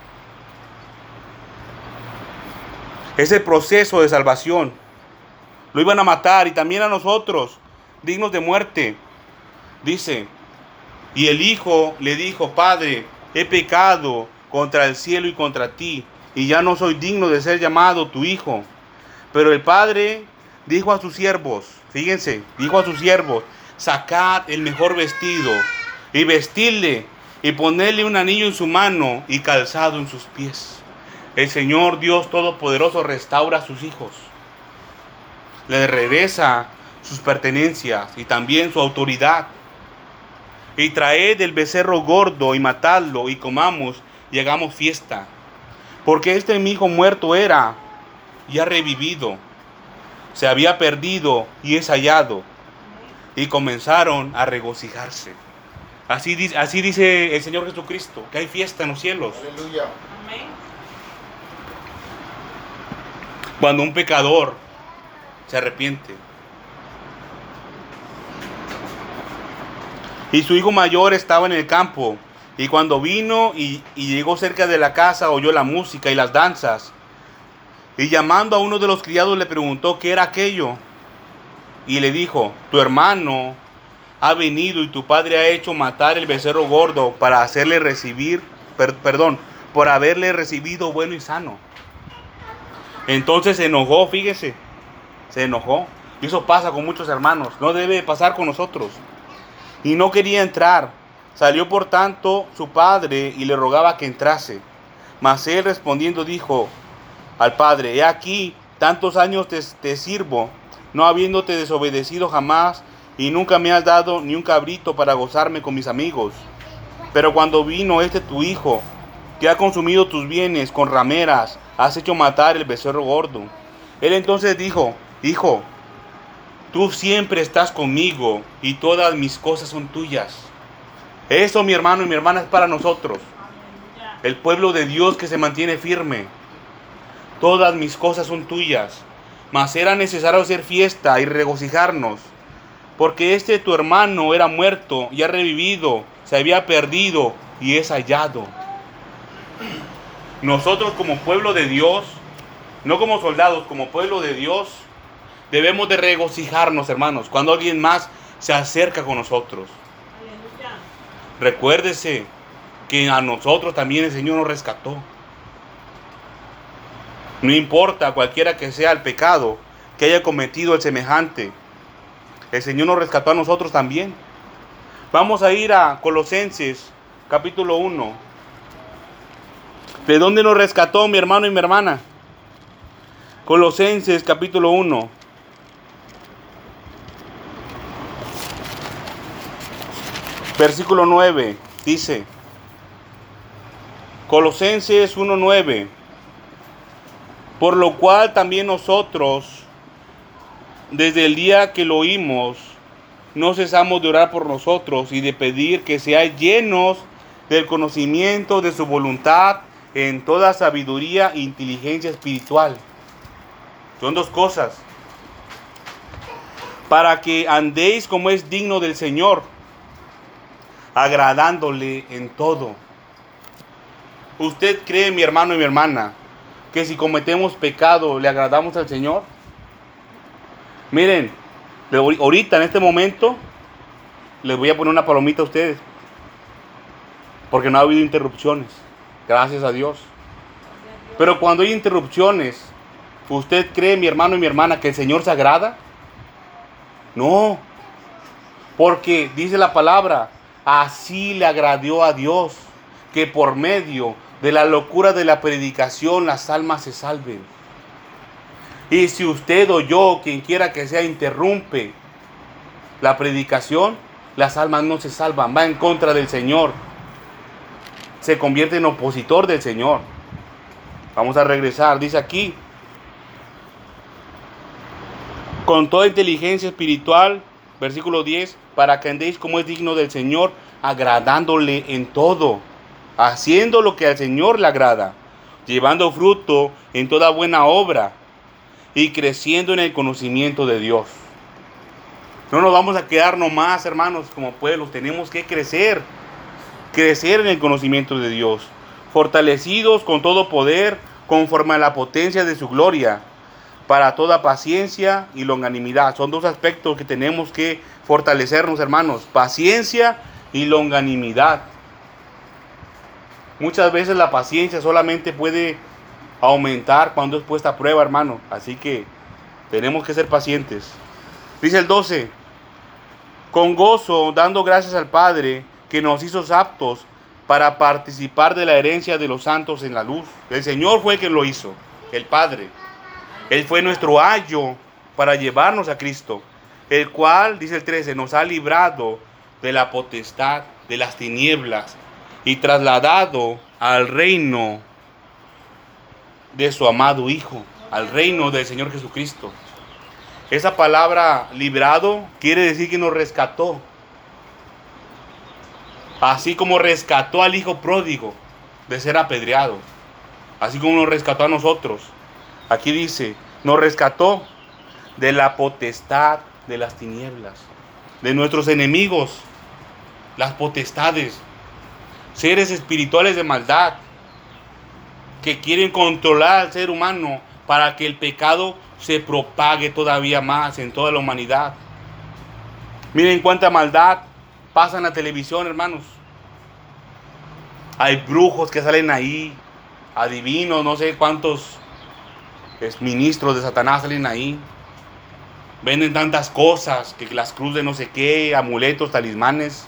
Es el proceso de salvación. Lo iban a matar y también a nosotros, dignos de muerte. Dice, y el hijo le dijo: Padre, he pecado contra el cielo y contra ti, y ya no soy digno de ser llamado tu hijo. Pero el padre dijo a sus siervos, fíjense, dijo a sus siervos: sacad el mejor vestido y vestidle y ponedle un anillo en su mano y calzado en sus pies. El Señor Dios Todopoderoso restaura a sus hijos. Le regresa sus pertenencias y también su autoridad. Y traed el becerro gordo y matadlo y comamos y hagamos fiesta. Porque este mi hijo muerto era y ha revivido. Se había perdido y es hallado. Y comenzaron a regocijarse. Así, dice, así dice el Señor Jesucristo, que hay fiesta en los cielos. Aleluya. Amén. Cuando un pecador se arrepiente. Y su hijo mayor estaba en el campo. Y cuando vino y, y llegó cerca de la casa, oyó la música y las danzas. Y llamando a uno de los criados le preguntó qué era aquello. Y le dijo: tu hermano ha venido y tu padre ha hecho matar el becerro gordo para hacerle recibir, per, perdón, por haberle recibido bueno y sano. Entonces se enojó, fíjese, se enojó. Y eso pasa con muchos hermanos, no debe pasar con nosotros. Y no quería entrar. Salió por tanto su padre y le rogaba que entrase. Mas él respondiendo dijo al padre: he aquí, tantos años te, te sirvo, no habiéndote desobedecido jamás, y nunca me has dado ni un cabrito para gozarme con mis amigos. Pero cuando vino este tu hijo, que ha consumido tus bienes con rameras, has hecho matar el becerro gordo. Él entonces dijo: hijo, tú siempre estás conmigo y todas mis cosas son tuyas. Eso, mi hermano y mi hermana, es para nosotros, el pueblo de Dios que se mantiene firme. Todas mis cosas son tuyas. Mas era necesario hacer fiesta y regocijarnos, porque este tu hermano era muerto y ha revivido, se había perdido y es hallado. Nosotros como pueblo de Dios, no como soldados, como pueblo de Dios, debemos de regocijarnos, hermanos, cuando alguien más se acerca con nosotros. Aleluya. Recuérdese que a nosotros también el Señor nos rescató. No importa cualquiera que sea el pecado que haya cometido el semejante, el Señor nos rescató a nosotros también. Vamos a ir a Colosenses capítulo uno. ¿De dónde nos rescató, mi hermano y mi hermana? Colosenses capítulo uno. Versículo nueve dice, Colosenses uno nueve: por lo cual también nosotros, desde el día que lo oímos, no cesamos de orar por nosotros y de pedir que seáis llenos del conocimiento de su voluntad en toda sabiduría e inteligencia espiritual. Son dos cosas. Para que andéis como es digno del Señor, agradándole en todo. ¿Usted cree, mi hermano y mi hermana, que si cometemos pecado le agradamos al Señor? Miren, ahorita en este momento les voy a poner una palomita a ustedes, porque no ha habido interrupciones, gracias a Dios. Pero cuando hay interrupciones, ¿usted cree, mi hermano y mi hermana, que el Señor se agrada? No, porque dice la palabra: así le agradó a Dios que por medio de la locura de la predicación las almas se salven. Y si usted o yo, quien quiera que sea, interrumpe la predicación, las almas no se salvan, va en contra del Señor. Se convierte en opositor del Señor. Vamos a regresar, dice aquí. Con toda inteligencia espiritual, versículo diez, para que andéis como es digno del Señor, agradándole en todo, haciendo lo que al Señor le agrada, llevando fruto en toda buena obra y creciendo en el conocimiento de Dios. No nos vamos a quedar nomás, hermanos, como pueblos. Tenemos que crecer, crecer en el conocimiento de Dios, fortalecidos con todo poder, conforme a la potencia de su gloria, para toda paciencia y longanimidad. Son dos aspectos que tenemos que fortalecernos, hermanos: paciencia y longanimidad. Muchas veces la paciencia solamente puede aumentar cuando es puesta a prueba, hermano. Así que tenemos que ser pacientes. Dice el doce: con gozo, dando gracias al Padre, que nos hizo aptos para participar de la herencia de los santos en la luz. El Señor fue el que lo hizo, el Padre. Él fue nuestro ayo para llevarnos a Cristo, el cual, dice el trece, nos ha librado de la potestad de las tinieblas y trasladado al reino de su amado Hijo, al reino del Señor Jesucristo. Esa palabra librado quiere decir que nos rescató. Así como rescató al hijo pródigo de ser apedreado, así como nos rescató a nosotros. Aquí dice, nos rescató de la potestad de las tinieblas, de nuestros enemigos, las potestades, seres espirituales de maldad que quieren controlar al ser humano para que el pecado se propague todavía más en toda la humanidad. Miren cuánta maldad pasa en la televisión, hermanos. Hay brujos que salen ahí, adivinos, no sé cuántos ministros de Satanás salen ahí. Venden tantas cosas, que las cruces de no sé qué, amuletos, talismanes.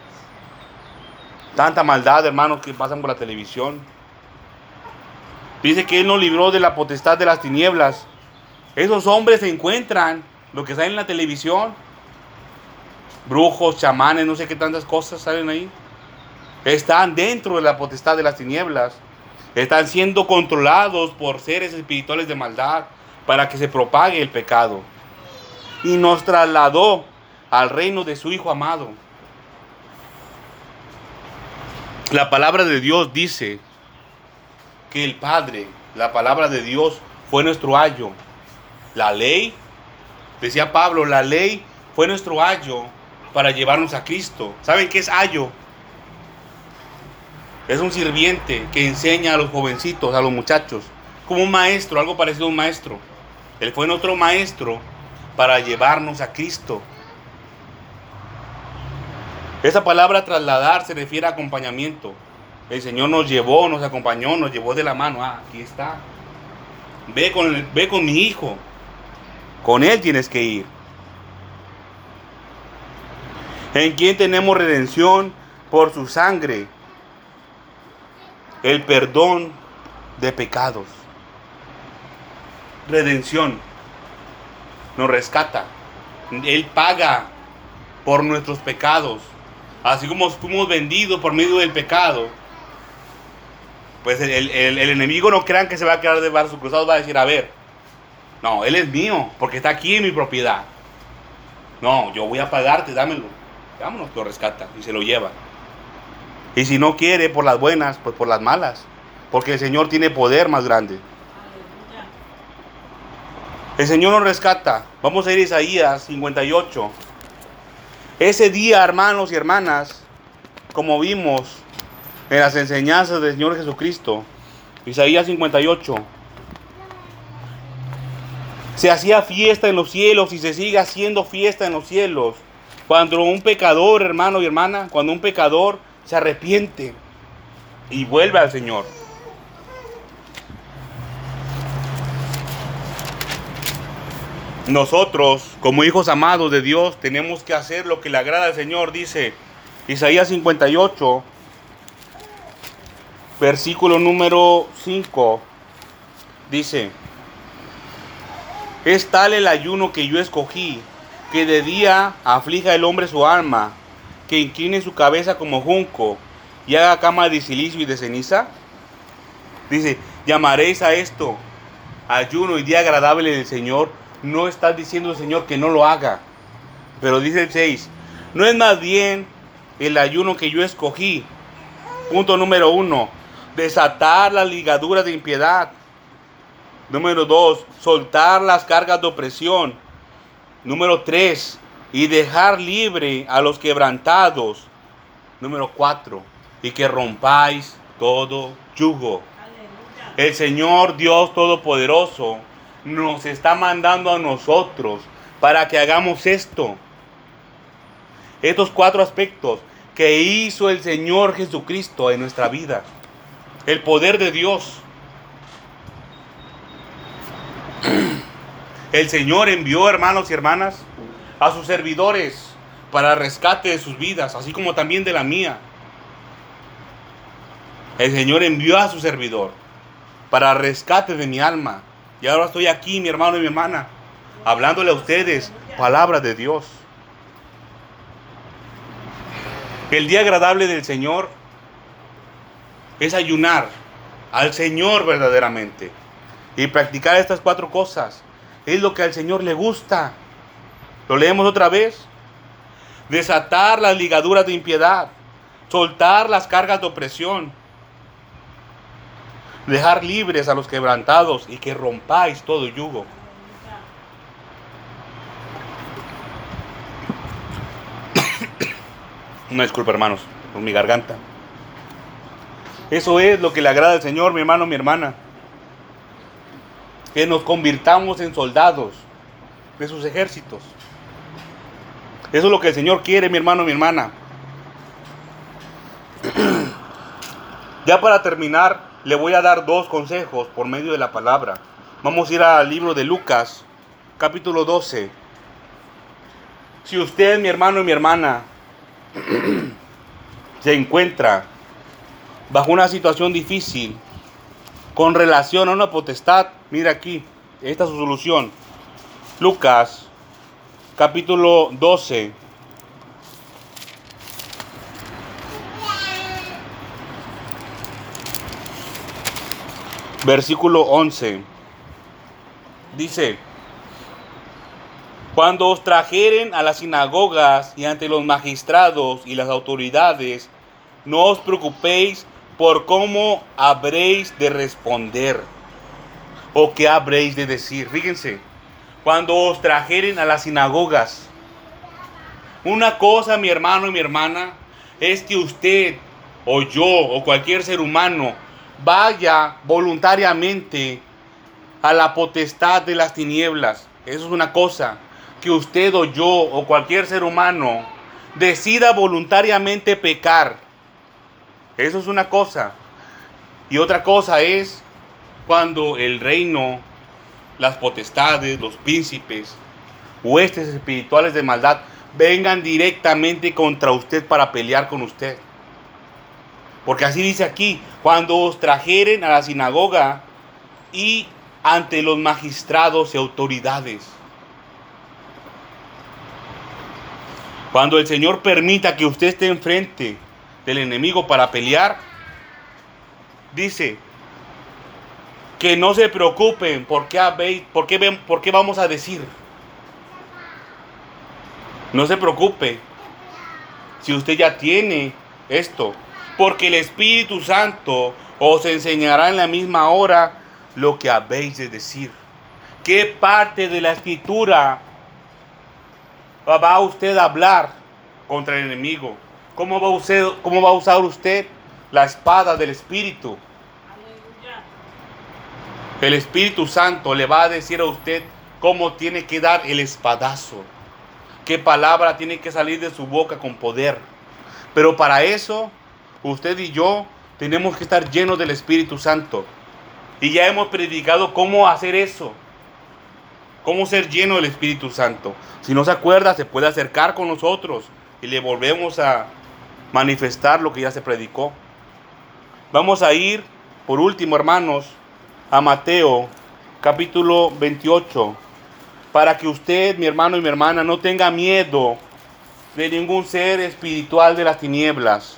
Tanta maldad, hermanos, que pasan por la televisión. Dice que Él nos libró de la potestad de las tinieblas. Esos hombres se encuentran, lo que sale en la televisión. Brujos, chamanes, no sé qué tantas cosas salen ahí. Están dentro de la potestad de las tinieblas. Están siendo controlados por seres espirituales de maldad para que se propague el pecado. Y nos trasladó al reino de su Hijo amado. La palabra de Dios dice que el Padre, la palabra de Dios, fue nuestro ayo. La ley, decía Pablo, la ley fue nuestro ayo para llevarnos a Cristo. ¿Saben qué es ayo? Es un sirviente que enseña a los jovencitos, a los muchachos, como un maestro, algo parecido a un maestro. Él fue nuestro maestro para llevarnos a Cristo. Esa palabra trasladar se refiere a acompañamiento. El Señor nos llevó, nos acompañó, nos llevó de la mano. Ah, aquí está. Ve con, el, ve con mi hijo. Con Él tienes que ir. En quien tenemos redención por su sangre, el perdón de pecados. Redención. Nos rescata. Él paga por nuestros pecados. Así como fuimos vendidos por medio del pecado, pues el, el, el enemigo no crean que se va a quedar de brazos cruzados, va a decir, a ver, no, Él es mío, porque está aquí en mi propiedad. No, yo voy a pagarte, dámelo. Vámonos, lo rescata y se lo lleva. Y si no quiere por las buenas, pues por las malas, porque el Señor tiene poder más grande. El Señor nos rescata. Vamos a ir a Isaías cincuenta y ocho. Ese día, hermanos y hermanas, como vimos en las enseñanzas del Señor Jesucristo, Isaías cincuenta y ocho, se hacía fiesta en los cielos y se sigue haciendo fiesta en los cielos. Cuando un pecador, hermano y hermana, cuando un pecador se arrepiente y vuelve al Señor. Nosotros, como hijos amados de Dios, tenemos que hacer lo que le agrada al Señor. Dice Isaías cincuenta y ocho, versículo número cinco. Dice: Es tal el ayuno que yo escogí, que de día aflija el hombre su alma, que incline su cabeza como junco y haga cama de silicio y de ceniza. Dice, llamaréis a esto ayuno y día agradable del Señor. No está diciendo el Señor que no lo haga. Pero dice el seis, no es más bien el ayuno que yo escogí. Punto número uno, desatar las ligaduras de impiedad. Número dos, soltar las cargas de opresión. Número tres, y dejar libre a los quebrantados. Número cuatro, y que rompáis todo yugo. Aleluya. El Señor Dios Todopoderoso nos está mandando a nosotros para que hagamos esto. Estos cuatro aspectos que hizo el Señor Jesucristo en nuestra vida. El poder de Dios. El Señor envió, hermanos y hermanas, a sus servidores para rescate de sus vidas, así como también de la mía. El Señor envió a su servidor para rescate de mi alma. Y ahora estoy aquí, mi hermano y mi hermana, hablándole a ustedes palabra de Dios. El día agradable del Señor es ayunar al Señor verdaderamente y practicar estas cuatro cosas. Es lo que al Señor le gusta. Lo leemos otra vez. Desatar las ligaduras de impiedad, soltar las cargas de opresión, dejar libres a los quebrantados y que rompáis todo yugo. Una disculpa, hermanos, por mi garganta. Eso es lo que le agrada al Señor, mi hermano, mi hermana. Que nos convirtamos en soldados de sus ejércitos. Eso es lo que el Señor quiere, mi hermano, mi hermana. Ya para terminar, le voy a dar dos consejos por medio de la palabra. Vamos a ir al libro de Lucas, capítulo doce. Si usted, mi hermano y mi hermana, se encuentra bajo una situación difícil con relación a una potestad, mira aquí, esta es su solución. Lucas, capítulo doce. Versículo once. Dice: cuando os trajeren a las sinagogas y ante los magistrados y las autoridades, no os preocupéis por cómo habréis de responder o qué habréis de decir. Fíjense, cuando os trajeren a las sinagogas. Una cosa, mi hermano y mi hermana, es que usted o yo o cualquier ser humano vaya voluntariamente a la potestad de las tinieblas. Eso es una cosa. Que usted o yo o cualquier ser humano decida voluntariamente pecar. Eso es una cosa. Y otra cosa es cuando el reino, las potestades, los príncipes, huestes espirituales de maldad vengan directamente contra usted para pelear con usted. Porque así dice aquí: cuando os trajeren a la sinagoga y ante los magistrados y autoridades. Cuando el Señor permita que usted esté enfrente del enemigo para pelear, dice que no se preocupen por qué, habéis, por qué, ven, por qué vamos a decir. No se preocupe si usted ya tiene esto, porque el Espíritu Santo os enseñará en la misma hora lo que habéis de decir. ¿Qué parte de la Escritura va usted a hablar contra el enemigo? ¿Cómo va usted, cómo va a usar usted la espada del Espíritu? Aleluya. El Espíritu Santo le va a decir a usted cómo tiene que dar el espadazo, qué palabra tiene que salir de su boca con poder. Pero para eso, usted y yo tenemos que estar llenos del Espíritu Santo. Y ya hemos predicado cómo hacer eso. Cómo ser lleno del Espíritu Santo. Si no se acuerda, se puede acercar con nosotros y le volvemos a manifestar lo que ya se predicó. Vamos a ir, por último, hermanos, a Mateo, capítulo veintiocho, para que usted, mi hermano y mi hermana, no tenga miedo de ningún ser espiritual de las tinieblas.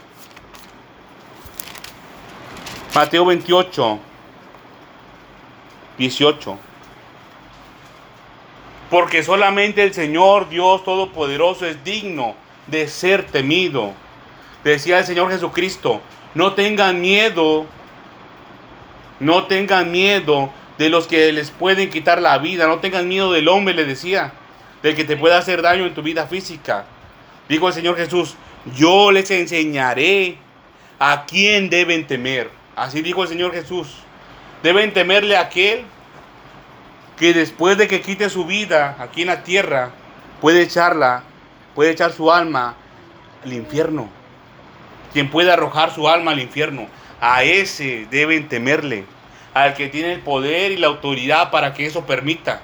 Mateo veintiocho, dieciocho. Porque solamente el Señor Dios Todopoderoso es digno de ser temido. Decía el Señor Jesucristo, no tengan miedo, no tengan miedo de los que les pueden quitar la vida, no tengan miedo del hombre, le decía, del que te pueda hacer daño en tu vida física. Dijo el Señor Jesús, yo les enseñaré a quién deben temer. Así dijo el Señor Jesús. Deben temerle a aquel que después de que quite su vida aquí en la tierra, puede echarla, puede echar su alma al infierno. Quien puede arrojar su alma al infierno, a ese deben temerle, al que tiene el poder y la autoridad para que eso permita.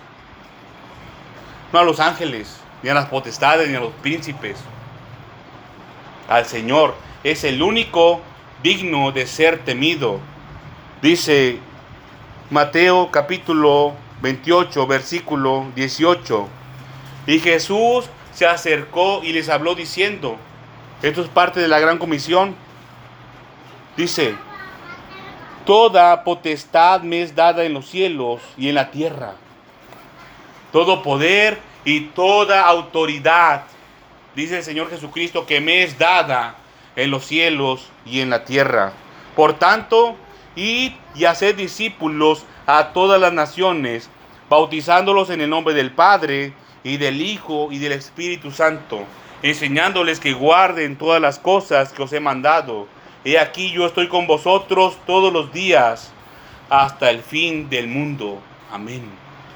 No a los ángeles, ni a las potestades, ni a los príncipes. Al Señor es el único digno de ser temido. Dice Mateo capítulo veintiocho, versículo dieciocho. Y Jesús se acercó y les habló diciendo, esto es parte de la gran comisión. Dice, toda potestad me es dada en los cielos y en la tierra. Todo poder y toda autoridad, dice el Señor Jesucristo, que me es dada en los cielos y en la tierra. Por tanto, id y haced discípulos a todas las naciones, bautizándolos en el nombre del Padre y del Hijo y del Espíritu Santo, enseñándoles que guarden todas las cosas que os he mandado. He aquí yo estoy con vosotros todos los días hasta el fin del mundo. Amén.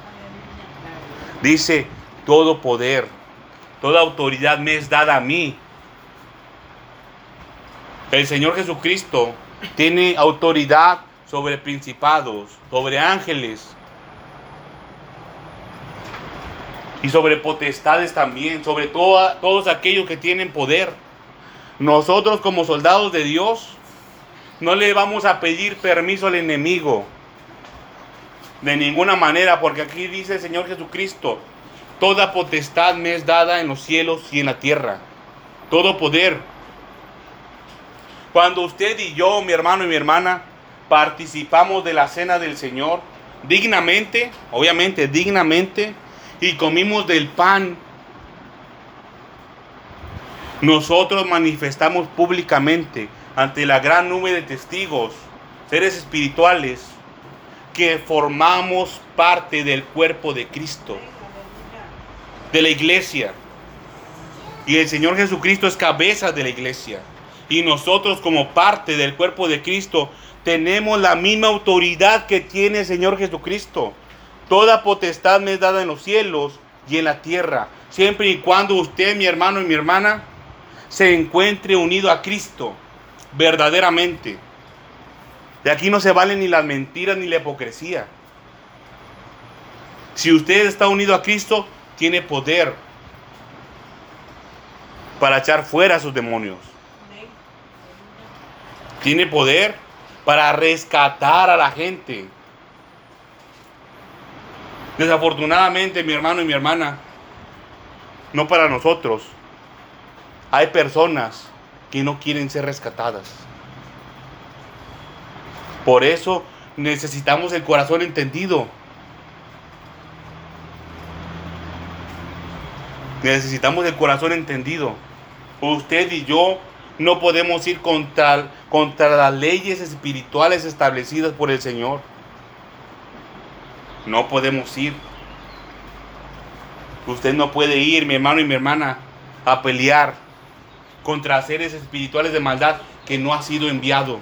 Dice, todo poder, toda autoridad me es dada a mí. El Señor Jesucristo tiene autoridad sobre principados, sobre ángeles y sobre potestades también, sobre toda, todos aquellos que tienen poder. Nosotros como soldados de Dios no le vamos a pedir permiso al enemigo de ninguna manera, porque aquí dice el Señor Jesucristo, toda potestad me es dada en los cielos y en la tierra, todo poder. Cuando usted y yo, mi hermano y mi hermana, participamos de la cena del Señor dignamente, obviamente dignamente, y comimos del pan, nosotros manifestamos públicamente ante la gran nube de testigos, seres espirituales, que formamos parte del cuerpo de Cristo, de la iglesia. Y el Señor Jesucristo es cabeza de la iglesia. Y nosotros como parte del cuerpo de Cristo tenemos la misma autoridad que tiene el Señor Jesucristo. Toda potestad me es dada en los cielos y en la tierra, siempre y cuando usted, mi hermano y mi hermana, se encuentre unido a Cristo verdaderamente. De aquí no se valen ni las mentiras ni la hipocresía. Si usted está unido a Cristo, tiene poder para echar fuera a sus demonios. Tiene poder para rescatar a la gente. Desafortunadamente, mi hermano y mi hermana, no para nosotros, hay personas que no quieren ser rescatadas. Por eso necesitamos el corazón entendido. Necesitamos el corazón entendido. Usted y yo no podemos ir contra, contra las leyes espirituales establecidas por el Señor. No podemos ir. Usted no puede ir, mi hermano y mi hermana, a pelear contra seres espirituales de maldad que no ha sido enviado.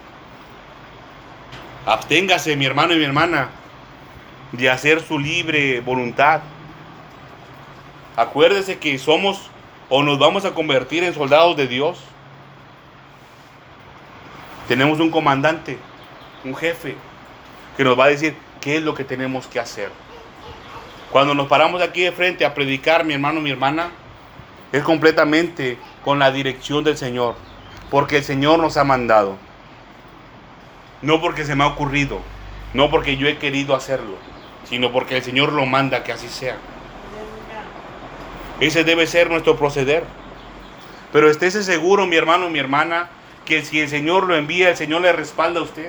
Absténgase, mi hermano y mi hermana, de hacer su libre voluntad. Acuérdese que somos o nos vamos a convertir en soldados de Dios. Tenemos un comandante, un jefe, que nos va a decir qué es lo que tenemos que hacer. Cuando nos paramos aquí de frente a predicar, mi hermano, mi hermana, es completamente con la dirección del Señor, porque el Señor nos ha mandado. No porque se me ha ocurrido, no porque yo he querido hacerlo, sino porque el Señor lo manda que así sea. Aleluya. Ese debe ser nuestro proceder. Pero estése seguro, mi hermano, mi hermana, que si el Señor lo envía, el Señor le respalda a usted.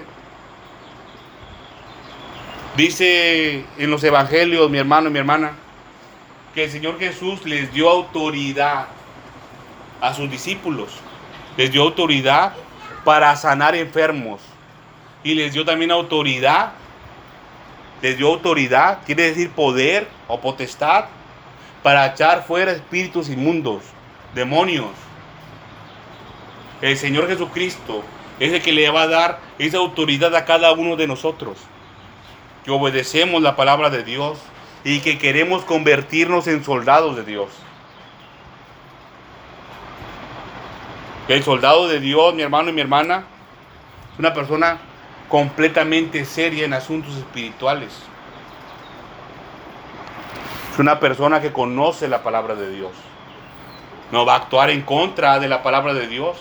Dice en los evangelios, mi hermano y mi hermana, que el Señor Jesús les dio autoridad a sus discípulos. Les dio autoridad para sanar enfermos. Y les dio también autoridad. Les dio autoridad, quiere decir poder o potestad, para echar fuera espíritus inmundos, demonios. El Señor Jesucristo es el que le va a dar esa autoridad a cada uno de nosotros, que obedecemos la palabra de Dios y que queremos convertirnos en soldados de Dios. El soldado de Dios, mi hermano y mi hermana, es una persona completamente seria en asuntos espirituales. Es una persona que conoce la palabra de Dios. No va a actuar en contra de la palabra de Dios,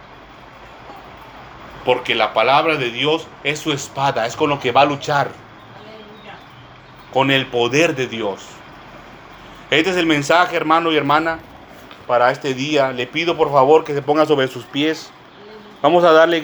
porque la palabra de Dios es su espada, es con lo que va a luchar, Aleluya. con el poder de Dios. Este es el mensaje, hermano y hermana, para este día. Le pido por favor que se ponga sobre sus pies. Vamos a darle